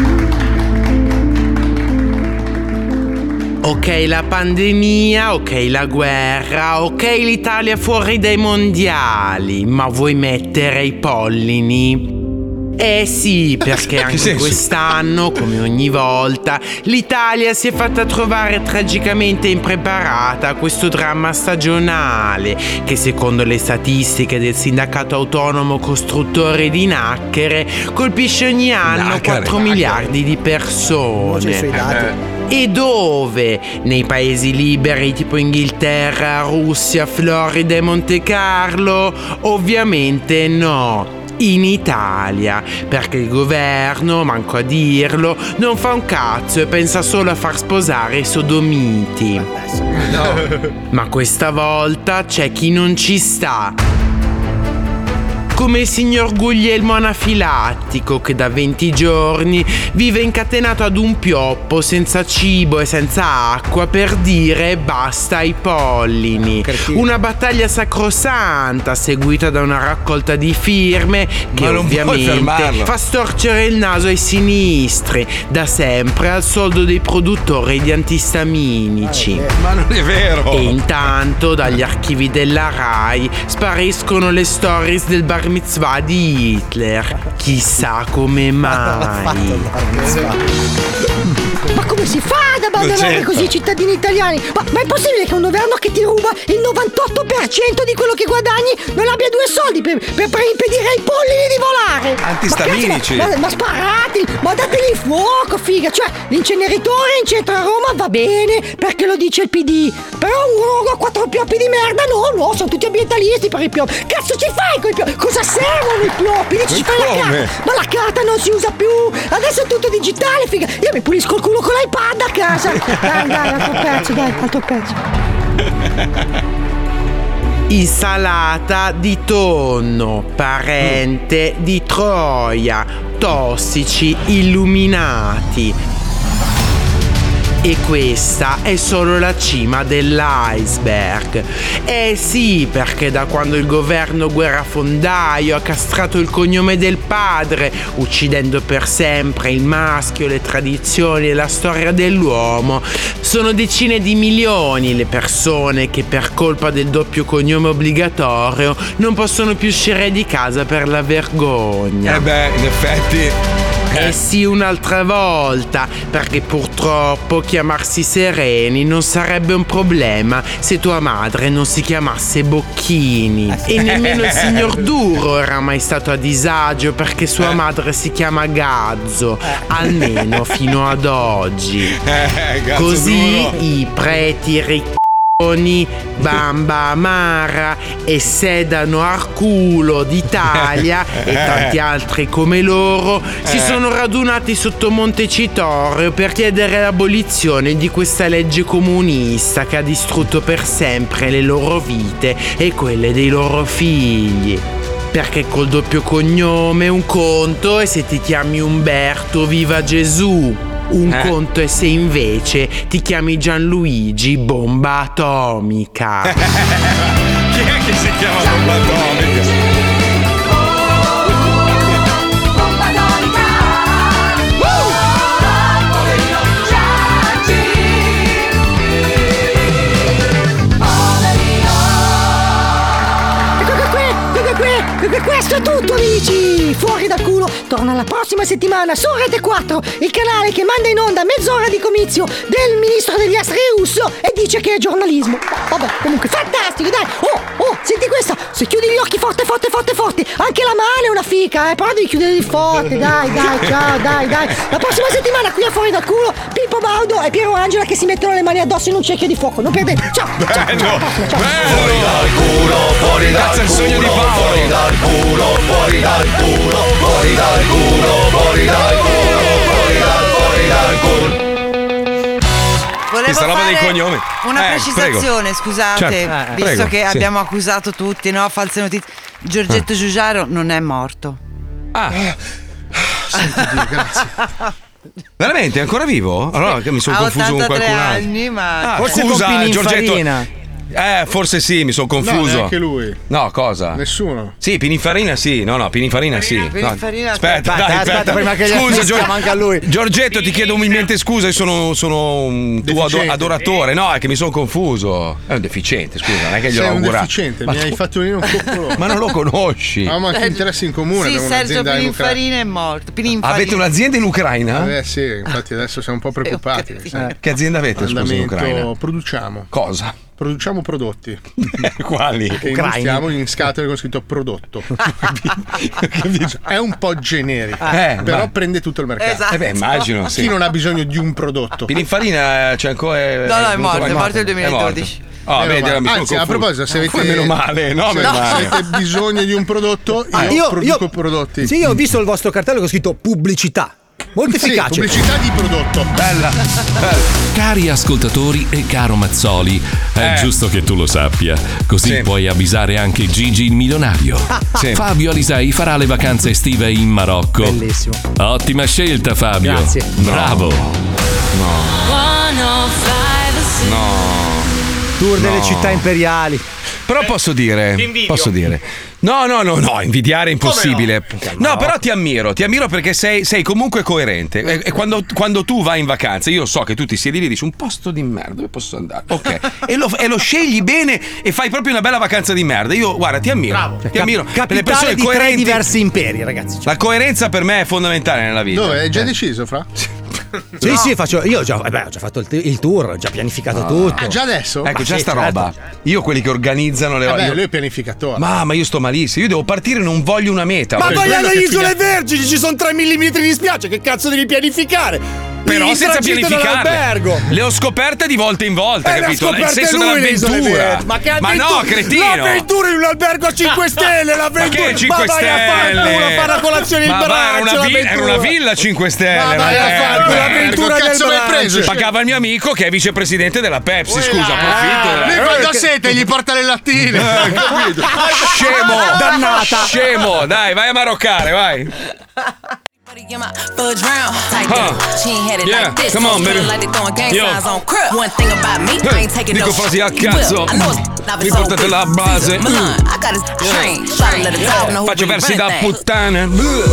Ok la pandemia, ok la guerra, ok l'Italia fuori dai mondiali, ma vuoi mettere i pollini? Eh sì, perché anche senso? quest'anno, come ogni volta, l'Italia si è fatta trovare tragicamente impreparata a questo dramma stagionale che secondo le statistiche del sindacato autonomo costruttore di Nacchere colpisce ogni anno Nacchere, quattro Nacchere. miliardi di persone. sui dati. E dove? Nei paesi liberi tipo Inghilterra, Russia, Florida e Monte Carlo? Ovviamente no. In Italia, perché il governo, manco a dirlo, non fa un cazzo e pensa solo a far sposare i sodomiti. Ma questa volta c'è chi non ci sta. Come il signor Guglielmo anafilattico che da venti giorni vive incatenato ad un pioppo senza cibo e senza acqua per dire basta ai pollini. Una battaglia sacrosanta seguita da una raccolta di firme che Ma non puoi ovviamente fermarlo. fa storcere il naso ai sinistri, da sempre al soldo dei produttori di antistaminici. Ma non è vero! E intanto dagli archivi della Rai spariscono le stories del bar mitzvah di Hitler. Chissà come mai. Ma come si fa ad abbandonare così i cittadini italiani? Ma, ma è possibile che un governo che ti ruba il novantotto per cento di quello che guadagni non abbia due soldi per, per, per impedire ai pollini di volare? Antistaminici. Ma, ma, ma sparati, ma dategli fuoco, figa. Cioè, l'inceneritore in centro a Roma va bene perché lo dice il P D. Però un rogo a quattro pioppi di merda, no, no, sono tutti ambientalisti per i pioppi. Cazzo ci fai con i pioppi? Cosa servono i pioppi? Dici, ci fai la carta. Ma la carta non si usa più. Adesso è tutto digitale, figa. Io mi pulisco il culo con l'iPad a casa. Dai, dai, altro pezzo, dai, altro pezzo. Insalata di tonno, parente di Troia, tossici illuminati. E questa è solo la cima dell'iceberg. Eh sì, perché da quando il governo guerrafondaio ha castrato il cognome del padre, uccidendo per sempre il maschio, le tradizioni e la storia dell'uomo, sono decine di milioni le persone che per colpa del doppio cognome obbligatorio non possono più uscire di casa per la vergogna. Eh beh, in effetti... Eh sì, un'altra volta, perché purtroppo chiamarsi Sereni non sarebbe un problema se tua madre non si chiamasse Bocchini. E nemmeno il signor Duro era mai stato a disagio perché sua madre si chiama Gazzo, almeno fino ad oggi. Così i preti ricchi, Bamba Amara e Sedano Arculo d'Italia e tanti altri come loro si sono radunati sotto Montecitorio per chiedere l'abolizione di questa legge comunista che ha distrutto per sempre le loro vite e quelle dei loro figli. Perché col doppio cognome un conto è se ti chiami Umberto Viva Gesù. Un eh. conto è se invece ti chiami Gianluigi Bomba Atomica. Chi è che si chiama Bomba Atomica? E questo è tutto, amici! Fuori dal culo torna la prossima settimana su Rete quattro, il canale che manda in onda mezz'ora di comizio del ministro degli esteri russo e dice che è giornalismo. Vabbè, comunque fantastico, dai! Oh, oh, senti questa! Se chiudi gli occhi forte, forte, forte, forte, anche la mano è una fica, eh! Però devi chiuderli forte, dai, dai, ciao, dai, dai! La prossima settimana qui a Fuori dal culo, Pippo Baudo e Piero Angela che si mettono le mani addosso in un cerchio di fuoco. Non perdete! Ciao! Bello! Ciao, ciao, ciao. Fuori dal culo, fuori dal culo, sogno di Paolo. Fuori dal culo, fuori dal culo, fuori dal culo, fuori dal culo, fuori dal, fuori dal culo. Volevo Questa roba fare dei cognomi. una Eh, precisazione, prego. scusate, Certo. Eh, visto prego, che sì. abbiamo accusato tutti, no? False notizie. Giorgetto Eh. Giugiaro non è morto. Ah. Senti Dio, grazie. Veramente? È ancora vivo? Allora che mi sono Ha confuso con ottantatré qualcun altro. anni, ma Ah, forse scusa, con Giorgetto. Pininfarina. Eh, forse sì, mi sono confuso. No, neanche lui. No, cosa? Nessuno. Sì, Pininfarina sì. No, no, Pininfarina sì. No. Pininfarina, Aspetta, aspetta, dai, aspetta, aspetta. prima che gli Scusa, fischia, Gior- manca a lui. Giorgetto, ti chiedo umilmente scusa, io sono, sono un tuo ado- Deficiente. adoratore. No, è che mi sono confuso. È un deficiente, scusa, non è che glielo Sei un augurato. deficiente, Ma mi hai tu- fatto venire un coccolo. Ma non lo conosci. Ah, ma che interessi in comune? Sì, abbiamo Sergio un'azienda in Ucraina. Pininfarina è morto. Pininfarina. Avete un'azienda in Ucraina? Eh sì, infatti adesso siamo un po' preoccupati. sai. Che azienda avete, scusa, in Andamento, Ucraina? produciamo. Cosa? Produciamo prodotti. Quali? Che stiamo in scatole con scritto prodotto. È un po' generico, Eh, però ma- prende tutto il mercato. Esatto. Eh beh, immagino, sì. Chi non ha bisogno di un prodotto? Pininfarina c'è ancora. No, no, è morto, è morto nel duemiladodici. Oh, Meno vedi, male. mi sono Anzi, a confuso. proposito, se avete, Meno male, no, se meno male. avete bisogno di un prodotto, io, Ah, io- produco io- prodotti. Sì, io ho visto il vostro cartello che ho scritto pubblicità. Molto Sì, efficace. pubblicità di prodotto. Bella. Cari ascoltatori e caro Mazzoli, è Eh. giusto che tu lo sappia, così Sì. puoi avvisare anche Gigi il milionario. Sì. Fabio Alisei farà le vacanze estive in Marocco. Bellissimo. Ottima scelta, Fabio. Grazie. Bravo. No. Tour delle No. città imperiali. Però posso dire, posso dire. No, no, no, no, invidiare è impossibile. No, però ti ammiro, ti ammiro perché sei, sei comunque coerente. E, e quando, quando tu vai in vacanza, io so che tu ti siedi lì e dici un posto di merda, dove posso andare? Ok. e, lo, e lo scegli bene e fai proprio una bella vacanza di merda. Io, guarda, ti ammiro. Bravo. Ti ammiro. Per le Capitale persone di tre coerenti. diversi imperi, ragazzi. La coerenza per me è fondamentale nella vita. Dove? È già Eh. deciso, fra? Sì, No. sì, faccio. Io ho già, vabbè, ho già fatto il, il tour, ho già pianificato Ah. tutto. Ah, già adesso? Ecco, Ma c'è sì, sta certo. roba. Io quelli che organizzano le Vabbè, io- lui è pianificatore. Mamma, io sto malissimo. Io devo partire, non voglio una meta. Ma Per vai quello alle che Isole figa- Vergini, ci sono tre millimetri di spiaggia, che cazzo devi pianificare? Però Il senza tragitto pianificarle. dall'albergo. Le ho scoperte di volta in volta, Eh, le ha capito? Il scoperte senso lui le Isole dell'avventura. Vergini. Ma che Ma avventura? no, cretino. L'avventura in un albergo a cinque stelle, l'avventura. Ma che cinque Ma vai a fare stelle? culo, a fare la colazione in Ma va, era braccio, una, vi- era l'avventura. una villa cinque stelle. Ma vai a vabbè, fare vabbè. l'avventura Che del cazzo l'hai braccio. preso? Pagava il mio amico che è vicepresidente della Pepsi. Scusa, approfitto. della- Lui quando ha sete gli porta le lattine. Eh, capito? Scemo! Dannata! Scemo! Dai, vai a maroccare, vai! Fudge round, type Huh. that. She ain't had it Yeah, like this. come on, Feel baby. like they throwing gang Yo. signs on crib. One thing about me, I ain't taking Dico no frasi a shit. You will. cazzo. I know it's not been so Riportate quick. la base. Caesar, Milan, I got his train. Try to let it dive, know who Faccio really versi run da things. puttana.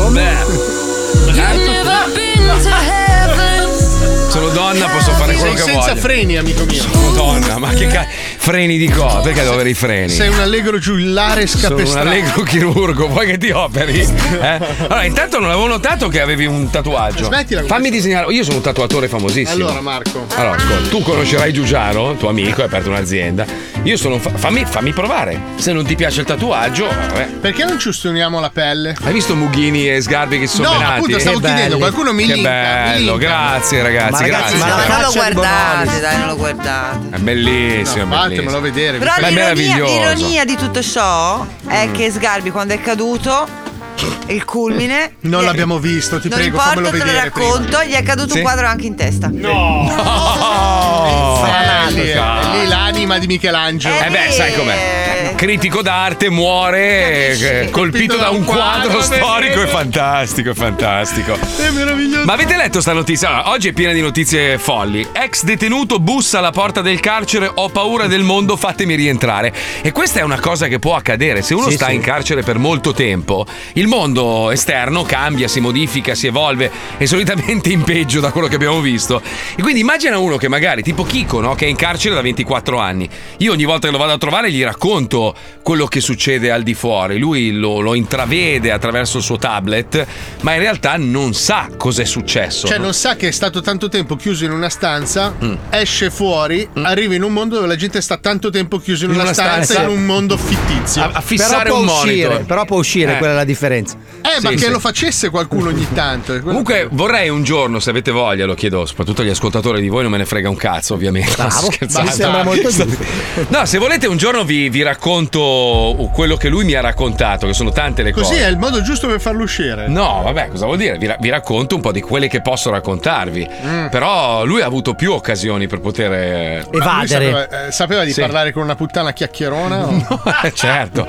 Sono donna, posso fare quello Sei che senza voglio. freni, amico mio. Sono donna, ma che cazzo? Freni di cosa? Perché devo avere i freni? Sei un allegro giullare Sono un scapestrato. allegro chirurgo, vuoi che ti operi? Eh? Allora, intanto non avevo notato che avevi un tatuaggio. Smettila con Fammi disegnare. Io sono un tatuatore famosissimo. Allora, Marco. Allora, ascolta, tu conoscerai Giugiaro, tuo amico, hai aperto un'azienda. Io sono. un fa- fammi, fammi provare. Se non ti piace il tatuaggio, vabbè. Perché non ci ustoniamo la pelle? Hai visto Mughini e Sgarbi che si sono No, menati? appunto, stavo Che chiedendo, belli. qualcuno mi Che linka, mi bello, linka. grazie ragazzi, Ma ragazzi, grazie. ma non lo Caccia di guardate, Bonolis. dai, non lo guardate. È bellissimo, No, è fatemelo bellissimo. vedere. Però Ma è l'ironia, meraviglioso. l'ironia di tutto ciò è che Sgarbi quando è caduto, il culmine. Non gli- l'abbiamo visto, ti non prego, importa, fammelo te lo vedere racconto, prima. gli è caduto Sì? un quadro anche in testa. Oh! Eh, lì, è lì l'anima di Michelangelo. Eh beh, sai com'è? Critico d'arte muore eh, colpito da un quadro storico, è fantastico, è fantastico. È meraviglioso. Ma avete letto sta notizia? Allora, oggi è piena di notizie folli. Ex detenuto bussa alla porta del carcere, ho paura del mondo, fatemi rientrare. E questa è una cosa che può accadere. Se uno Sì, sta sì. in carcere per molto tempo, il mondo esterno cambia, si modifica, si evolve e solitamente in peggio da quello che abbiamo visto. E quindi immagina uno che magari, tipo Chico, no? Che è in carcere da ventiquattro anni. Io ogni volta che lo vado a trovare gli racconto quello che succede al di fuori. Lui lo, lo intravede attraverso il suo tablet, ma in realtà non sa cos'è successo. Cioè, non sa che è stato tanto tempo chiuso in una stanza, Mm. esce fuori, arriva in un mondo dove la gente sta tanto tempo chiuso in, In una, una stanza, stanza. in un mondo fittizio. A, a fissare però un può monitor. uscire, però può uscire, Eh. quella è la differenza. Eh, ma Sì, che sì. lo facesse qualcuno ogni tanto. è quello- Comunque vorrei un giorno, se avete voglia, lo chiedo soprattutto agli ascoltatori di voi, non me ne frega un cazzo ovviamente. Bravo, Sto scherzando. mi sembra molto giusto. No, se volete un giorno vi, vi racconto quello che lui mi ha raccontato, che sono tante le Così cose. è il modo giusto per farlo uscire. No, vabbè, cosa vuol dire? Vi, ra- vi racconto un po' di quelle che posso raccontarvi. Mm. Però lui ha avuto più occasioni per poter. eh, Ma lui sapeva, eh, sapeva di Sì. parlare con una puttana chiacchierona? o- eh, certo.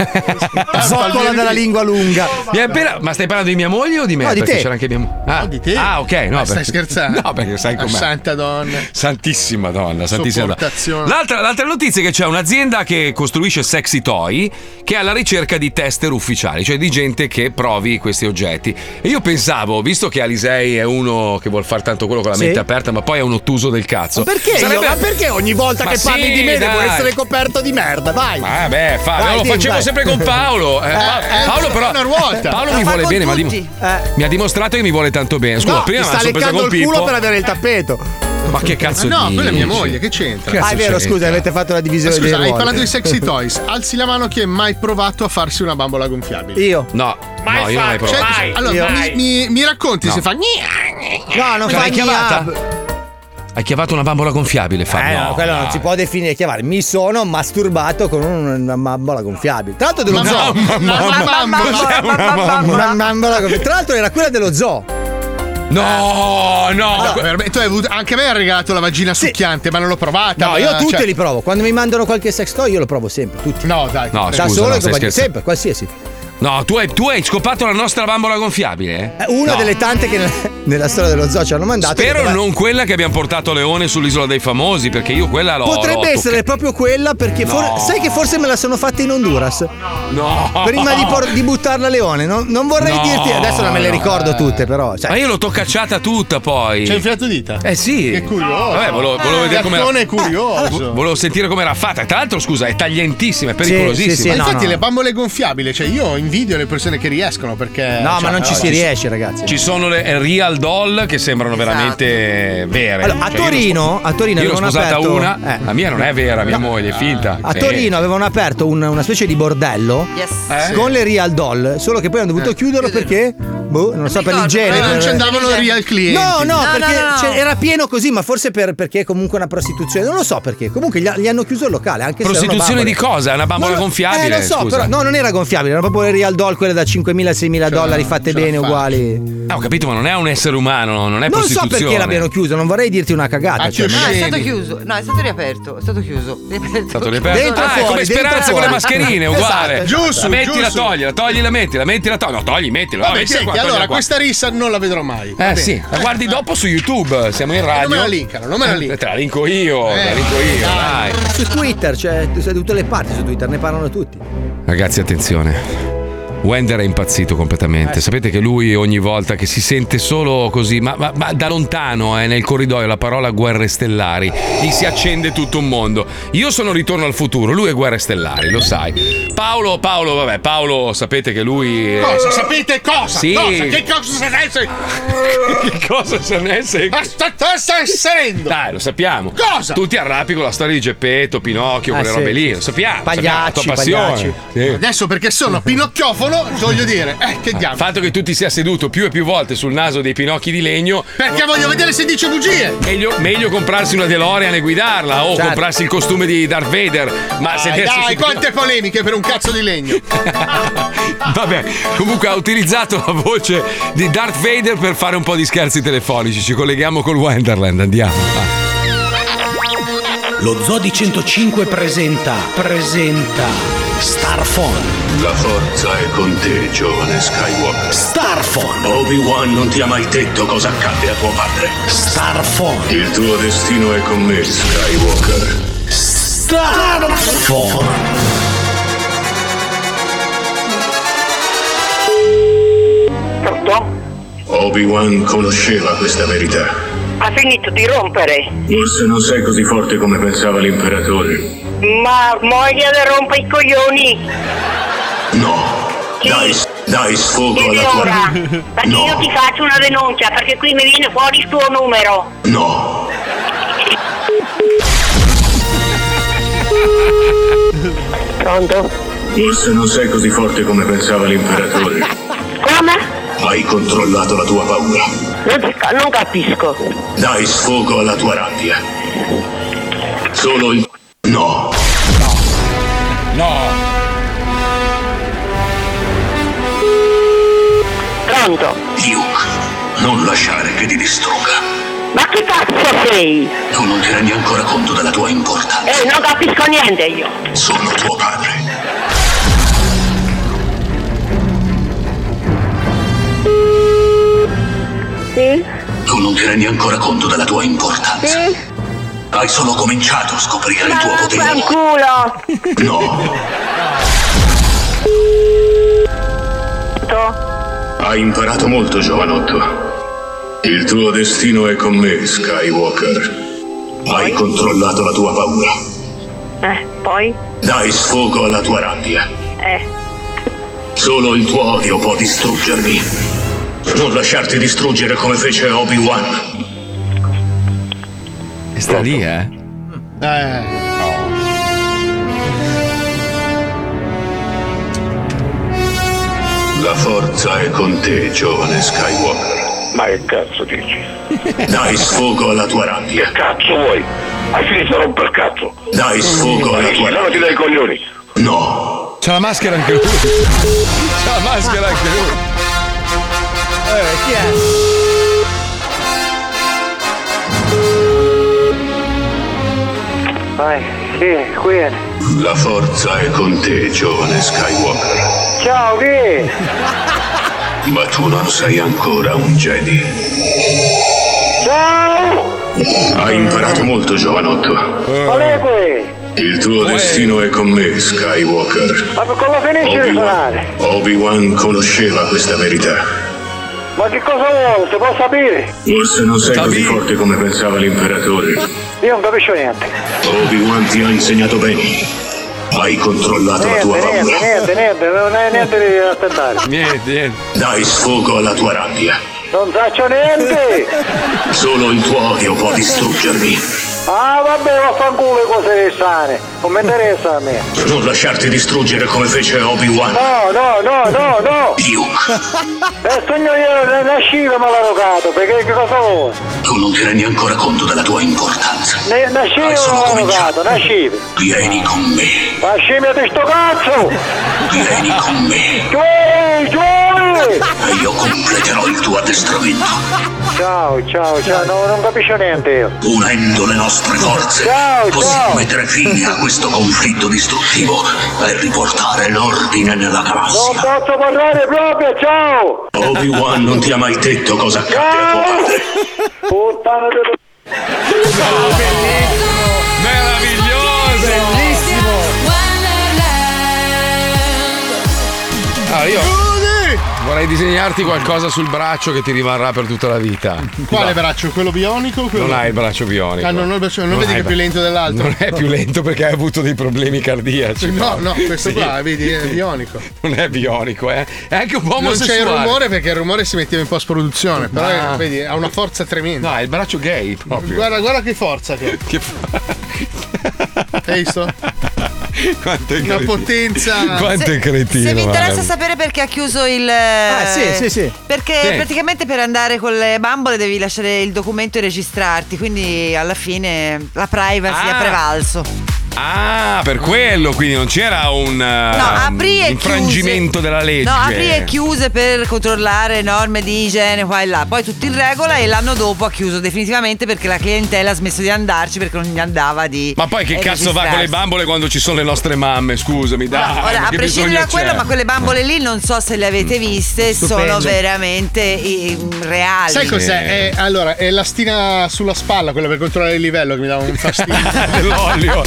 Zoccola della lingua lunga. Mi hai appena- Ma stai parlando di mia moglie o di me? No, di Perché te. c'era anche mia moglie. Ah, No, di te. Ah, ok, no. Ma stai perché- scherzando? No, perché sai Ah, com'è. santa donna. Santissima donna, santissima donna. Sopportazione. L'altra, l'altra notizia è che c'è un'azienda che costruisce sexy toy che è alla ricerca di tester ufficiali, cioè di gente che provi questi oggetti. E io pensavo, visto che Alisei è uno che vuol fare tanto quello con la Sì. mente aperta, ma poi è un ottuso del cazzo. Ma perché? Sarebbe- io? Ma perché ogni volta Ma che sì, parli di me devo dai. essere coperto di merda? Vai. Vabbè, Fabio, Vai, lo dimmi, facevo vai. sempre con Paolo. Eh, Pa- eh, Paolo, è però. una ruota. Paolo Lo mi fa vuole con bene, ma dim- tutti. mi ha dimostrato che mi vuole tanto bene. Scusa, No, prima ti mi sta sono preso leccando col il culo Pippo. per avere il tappeto. Ma che cazzo no, dici? quella è mia moglie, che c'entra? Che Ah, è vero, c'entra? scusa, avete fatto la divisione Scusa, dei hai ruoli. parlato di sexy toys. Alzi la mano chi è mai provato a farsi una bambola gonfiabile. Io. No, Mai no, io non l'ho mai Cioè, provato. allora, Io- mi, mi- mi racconti No. se fa. No, non Cioè, fa l'hai chiamata? niente. Hai chiavato una bambola gonfiabile, Eh, Fabio? no, quello non si può definire chiamare. Mi sono masturbato con una bambola gonfiabile. Tra l'altro dello Ma zoo. no, una bambola. Una bambola gonfiabile. Tra l'altro era quella dello zoo. No, no. No, veramente, tu hai avuto, anche a me hai regalato la vagina succhiante, ma non l'ho provata. No, ma- io tutte cioè- li provo. Quando mi mandano qualche sex toy, io lo provo sempre. Tutti. No, dai. No, da scusa, solo no, e stai compagnia. scherzando. Sempre, qualsiasi. No, tu hai, tu hai scopato la nostra bambola gonfiabile? È una No. delle tante che nella, nella storia dello zoo ci hanno mandato. Spero Detto, non quella che abbiamo portato a Leone sull'isola dei famosi, perché io quella l'ho. potrebbe l'ho essere proprio quella perché No. for- sai che forse me la sono fatta in Honduras. No. Prima di, por- di buttarla a Leone. Non, non vorrei No, dirti. Adesso non me le no. ricordo tutte, però. Sai. Ma io l'ho toccacciata tutta poi. C'hai infilato dita? Eh sì. Che curioso. Vabbè, volevo, volevo vedere come Gattone curioso. Volevo sentire come era fatta. Tra l'altro, scusa, è taglientissima, è Sì, pericolosissima. sì, sì, Ma no, infatti no. le bambole gonfiabili, cioè io in invidio le persone che riescono perché. No, cioè, ma non ci no, si ci riesce, ragazzi. Ci sono le real doll che sembrano veramente vere. Allora, a Cioè, io Torino, l'ho spo- a Torino io l'ho avevano sposata aperto- una, eh. la mia non è vera, mia moglie, è finta. A Sì. Torino avevano aperto un- una specie di bordello Eh? con le real doll, solo che poi hanno dovuto chiuderlo perché boh, non, so, per l'igiene. E non per- ci andavano real clienti. No, no, No, perché no, no, no. cioè, era pieno così, ma forse per- perché è comunque una prostituzione, non lo so perché. Comunque gli, ha- gli hanno chiuso il locale, anche se Prostituzione erano di bambole. cosa? È una bambola Non lo- gonfiabile? Eh, non so, scusa. però no, non era gonfiabile, erano proprio le real doll, quelle da cinquemila seimila dollari fatte bene, uguali. Ah, ho capito, ma non è un essere umano, non è Non so prostituzione. perché l'abbiano chiuso, non vorrei dirti una cagata. cioè, No, è magari- stato chiuso. No, è stato riaperto. È stato chiuso. Riaperto. È stato riaperto. Dentro Ah, fuori, è come dentro Speranza con le fuori. mascherine, uguale. Esatto. Giusto, la metti, la giusto. togli, la togli, la metti, la metti, la togli. No, togli, mettila. Vabbè, mettila senti, qua, toglila allora qua. questa rissa non la vedrò mai. Va Eh bene. sì, la guardi dopo su YouTube, siamo in Eh, radio. non me la linkano, non me la Eh, linkano. Te la linko io, te la Eh, linko io, dai. Su Twitter, cioè, tu sei da tutte le parti su Twitter, ne parlano tutti. Ragazzi, attenzione. Wender è impazzito completamente. Sapete che lui ogni volta che si sente solo così, ma, ma- ma da lontano, eh, nel corridoio, la parola guerre stellari, gli si accende tutto un mondo. Io sono Ritorno al futuro, lui è Guerre stellari, lo sai. Paolo, Paolo, vabbè, Paolo, sapete che lui. è- Cosa? Sapete cosa? Sì. Cosa? Che cosa se ne sei? Che cosa se ne sei? Ma sta, sta, sta essendo? Dai, lo sappiamo. Cosa? Tu ti arrabbi con la storia di Geppetto, Pinocchio, Ah, quelle sì, robe lì, sì, lo sì. sappiamo. Pagliacci, sappiamo, la tua passione. pagliacci. Sì. Adesso perché sono pinocchiofono, voglio dire, eh, che Il diavolo. fatto che tu ti sia seduto più e più volte sul naso dei pinocchi di legno. Perché voglio vedere se dice bugie. Meglio, meglio comprarsi una DeLorean e guidarla o Certo. comprarsi il costume di Darth Vader. Ma se Dai, adesso dai, su- quante polemiche per un cazzo di legno. Vabbè, comunque ha utilizzato la voce di Darth Vader per fare un po' di scherzi telefonici. Ci colleghiamo col Wonderland, andiamo. vai. Lo Zoo di centocinque presenta, presenta Starphone. La forza è con te, giovane Skywalker. Starphone. Obi-Wan non ti ha mai detto cosa accadde a tuo padre. Starphone. Il tuo destino è con me, Skywalker. Starphone. Obi-Wan conosceva questa verità. Ha finito di rompere. Forse non sei così forte come pensava l'imperatore. Ma moglie le rompe i coglioni. No. Dai, dai sfogo Chiedi alla tua. ora. Perché io ti faccio una denuncia, perché qui mi viene fuori il tuo numero. No. Pronto? Forse non sei così forte come pensava l'imperatore. Come? Hai controllato la tua paura. Non, ti ca- non capisco. Dai sfogo alla tua rabbia. Solo il. No. No. Pronto? Luke, non lasciare che ti distrugga. Ma che cazzo sei? Tu non ti rendi ancora conto della tua importanza. Eh, non capisco niente io. Sono tuo padre. Sì? Tu non ti rendi ancora conto della tua importanza. Sì? Hai solo cominciato a scoprire il tuo Ma potere. fanculo! No. Hai imparato molto, giovanotto. Il tuo destino è con me, Skywalker. Hai controllato la tua paura. Eh, poi? Dai sfogo alla tua rabbia. Eh. Solo il tuo odio può distruggermi. Non lasciarti distruggere come fece Obi-Wan. E sta lì, eh? Eh. La forza è con te, giovane Skywalker. Ma che cazzo dici? Dai sfogo alla tua rabbia. Che cazzo vuoi? Hai finito a romper cazzo? Dai sfogo alla tua rabbia. Non ti dai i coglioni. No. C'ha la maschera anche lui. C'ha la maschera anche lui. Eh, chi è? Vai, sì, qui è. La forza è con te, giovane Skywalker. Ciao, chi? Ma tu non sei ancora un Jedi. Ciao! Hai imparato molto, giovanotto. Qual è qui? Il tuo destino è con me, Skywalker. Ma come finisci di suonare? Obi-Wan conosceva questa verità. Ma che cosa vuoi? Si può sapere? Forse non sei così forte come pensava l'imperatore. Io non capisco niente. Obi-Wan ti ha insegnato bene. Hai controllato la Niente, tua niente, paura. niente, niente, non è niente di aspettare. Niente, niente. Dai sfogo alla tua rabbia. Non faccio niente! Solo il tuo odio può distruggermi. Ah, vabbè, vaffanculo cose sane. Non mi interessa a me. Non lasciarti distruggere come fece Obi-Wan. No, no, no, no, no! Luke. E sogno io nascivo ma l'ho rogato, perché che cosa vuoi? Tu non ti rendi ancora conto della tua importanza. Ne, nascivo Hai solo ma l'ho cominciato. rogato, nascivi. Vieni con me. Ma scimmiati sto cazzo! Vieni con me. Giovani, giovani! E io completerò il tuo addestramento. Ciao, ciao, ciao, no, non capisco niente io. Unendo le nostre forze, Ciao, possiamo ciao. mettere fine a questo conflitto distruttivo e riportare l'ordine nella Non galassia. posso parlare proprio, ciao! Obi-Wan non ti ha mai detto cosa accade a tuo padre. Puttana di... No, bellissimo! Meraviglioso! Bellissimo! Allora io vorrei disegnarti qualcosa sul braccio che ti rimarrà per tutta la vita. Quale Va. braccio? Quello bionico o quello? Non hai il braccio bionico. Ah, non ho il braccio- non Non vedi hai che è più il- lento dell'altro? Non è più lento perché hai avuto dei problemi cardiaci. No, no, questo Sì. qua, vedi, è bionico. Non è bionico, eh. È anche un po' Non c'è il omosessuale. rumore perché il rumore si metteva in post produzione, però Ah. eh, vedi, ha una forza tremenda. No, è il braccio gay proprio. Guarda, guarda che forza che. Che Hai visto? Quanto è Una cretino. potenza. Quanto è cretino. Se vi interessa guarda. sapere perché ha chiuso il. Ah, sì, sì, sì. Perché Sì. praticamente per andare con le bambole devi lasciare il documento e registrarti, quindi alla fine la privacy Ah. ha prevalso. Ah, per quello, quindi non c'era un No, uh, aprì e infrangimento chiuse. della legge. No, aprì e chiuse per controllare norme di igiene qua e là. Poi tutto in regola e l'anno dopo ha chiuso definitivamente perché la clientela ha smesso di andarci perché non gli andava di. Ma poi che eh, cazzo va con le registrarsi. bambole quando ci sono le nostre mamme? Scusami, dai. Ora, ma a che prescindere bisogno da quello, c'è? ma quelle bambole lì non so se le avete viste, Stupendo. sono veramente eh, reali. Sai cos'è? È, allora, è la stina sulla spalla, quella per controllare il livello che mi dava un fastidio. Dell'olio.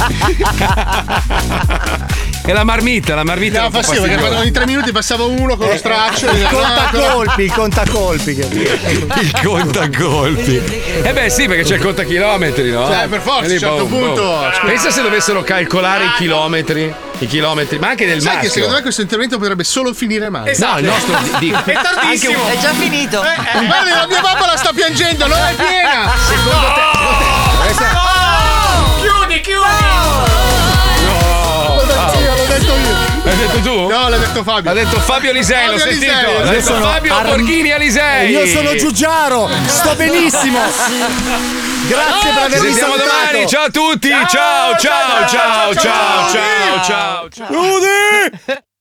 E la marmita, la marmita. No, era un po' fastidio perché fastidiosa. ogni tre minuti passava uno con lo straccio. Il contacolpi, il contacolpi. che- Il contacolpi. Eh beh sì, perché c'è il contachilometri, no? Cioè, per forza, E lì, a un certo boom, punto, boom. scusa. Pensa se dovessero calcolare i chilometri. I chilometri, ma anche del Sai maschio. che secondo me questo intervento potrebbe solo finire male. No, il nostro di, di- È tardissimo. anche un- È già finito. Guarda, la mia bambola sta piangendo, non è piena. Secondo te? Chiudi, chiudi! L'ho detto io, l'ho detto io. L'hai detto tu? No, l'ha detto Fabio. L'ha detto Fabio Alisei, l'ho Fabio sentito. Alisei. L'ha Io detto sono Fabio Arm- Borghini Alisei. Io sono Giugiaro, sto benissimo. Grazie per Ci avermi sentiamo salutato. domani. Ciao a tutti. Ciao, ciao, ciao, ciao, ciao, ciao, ciao. Rudy!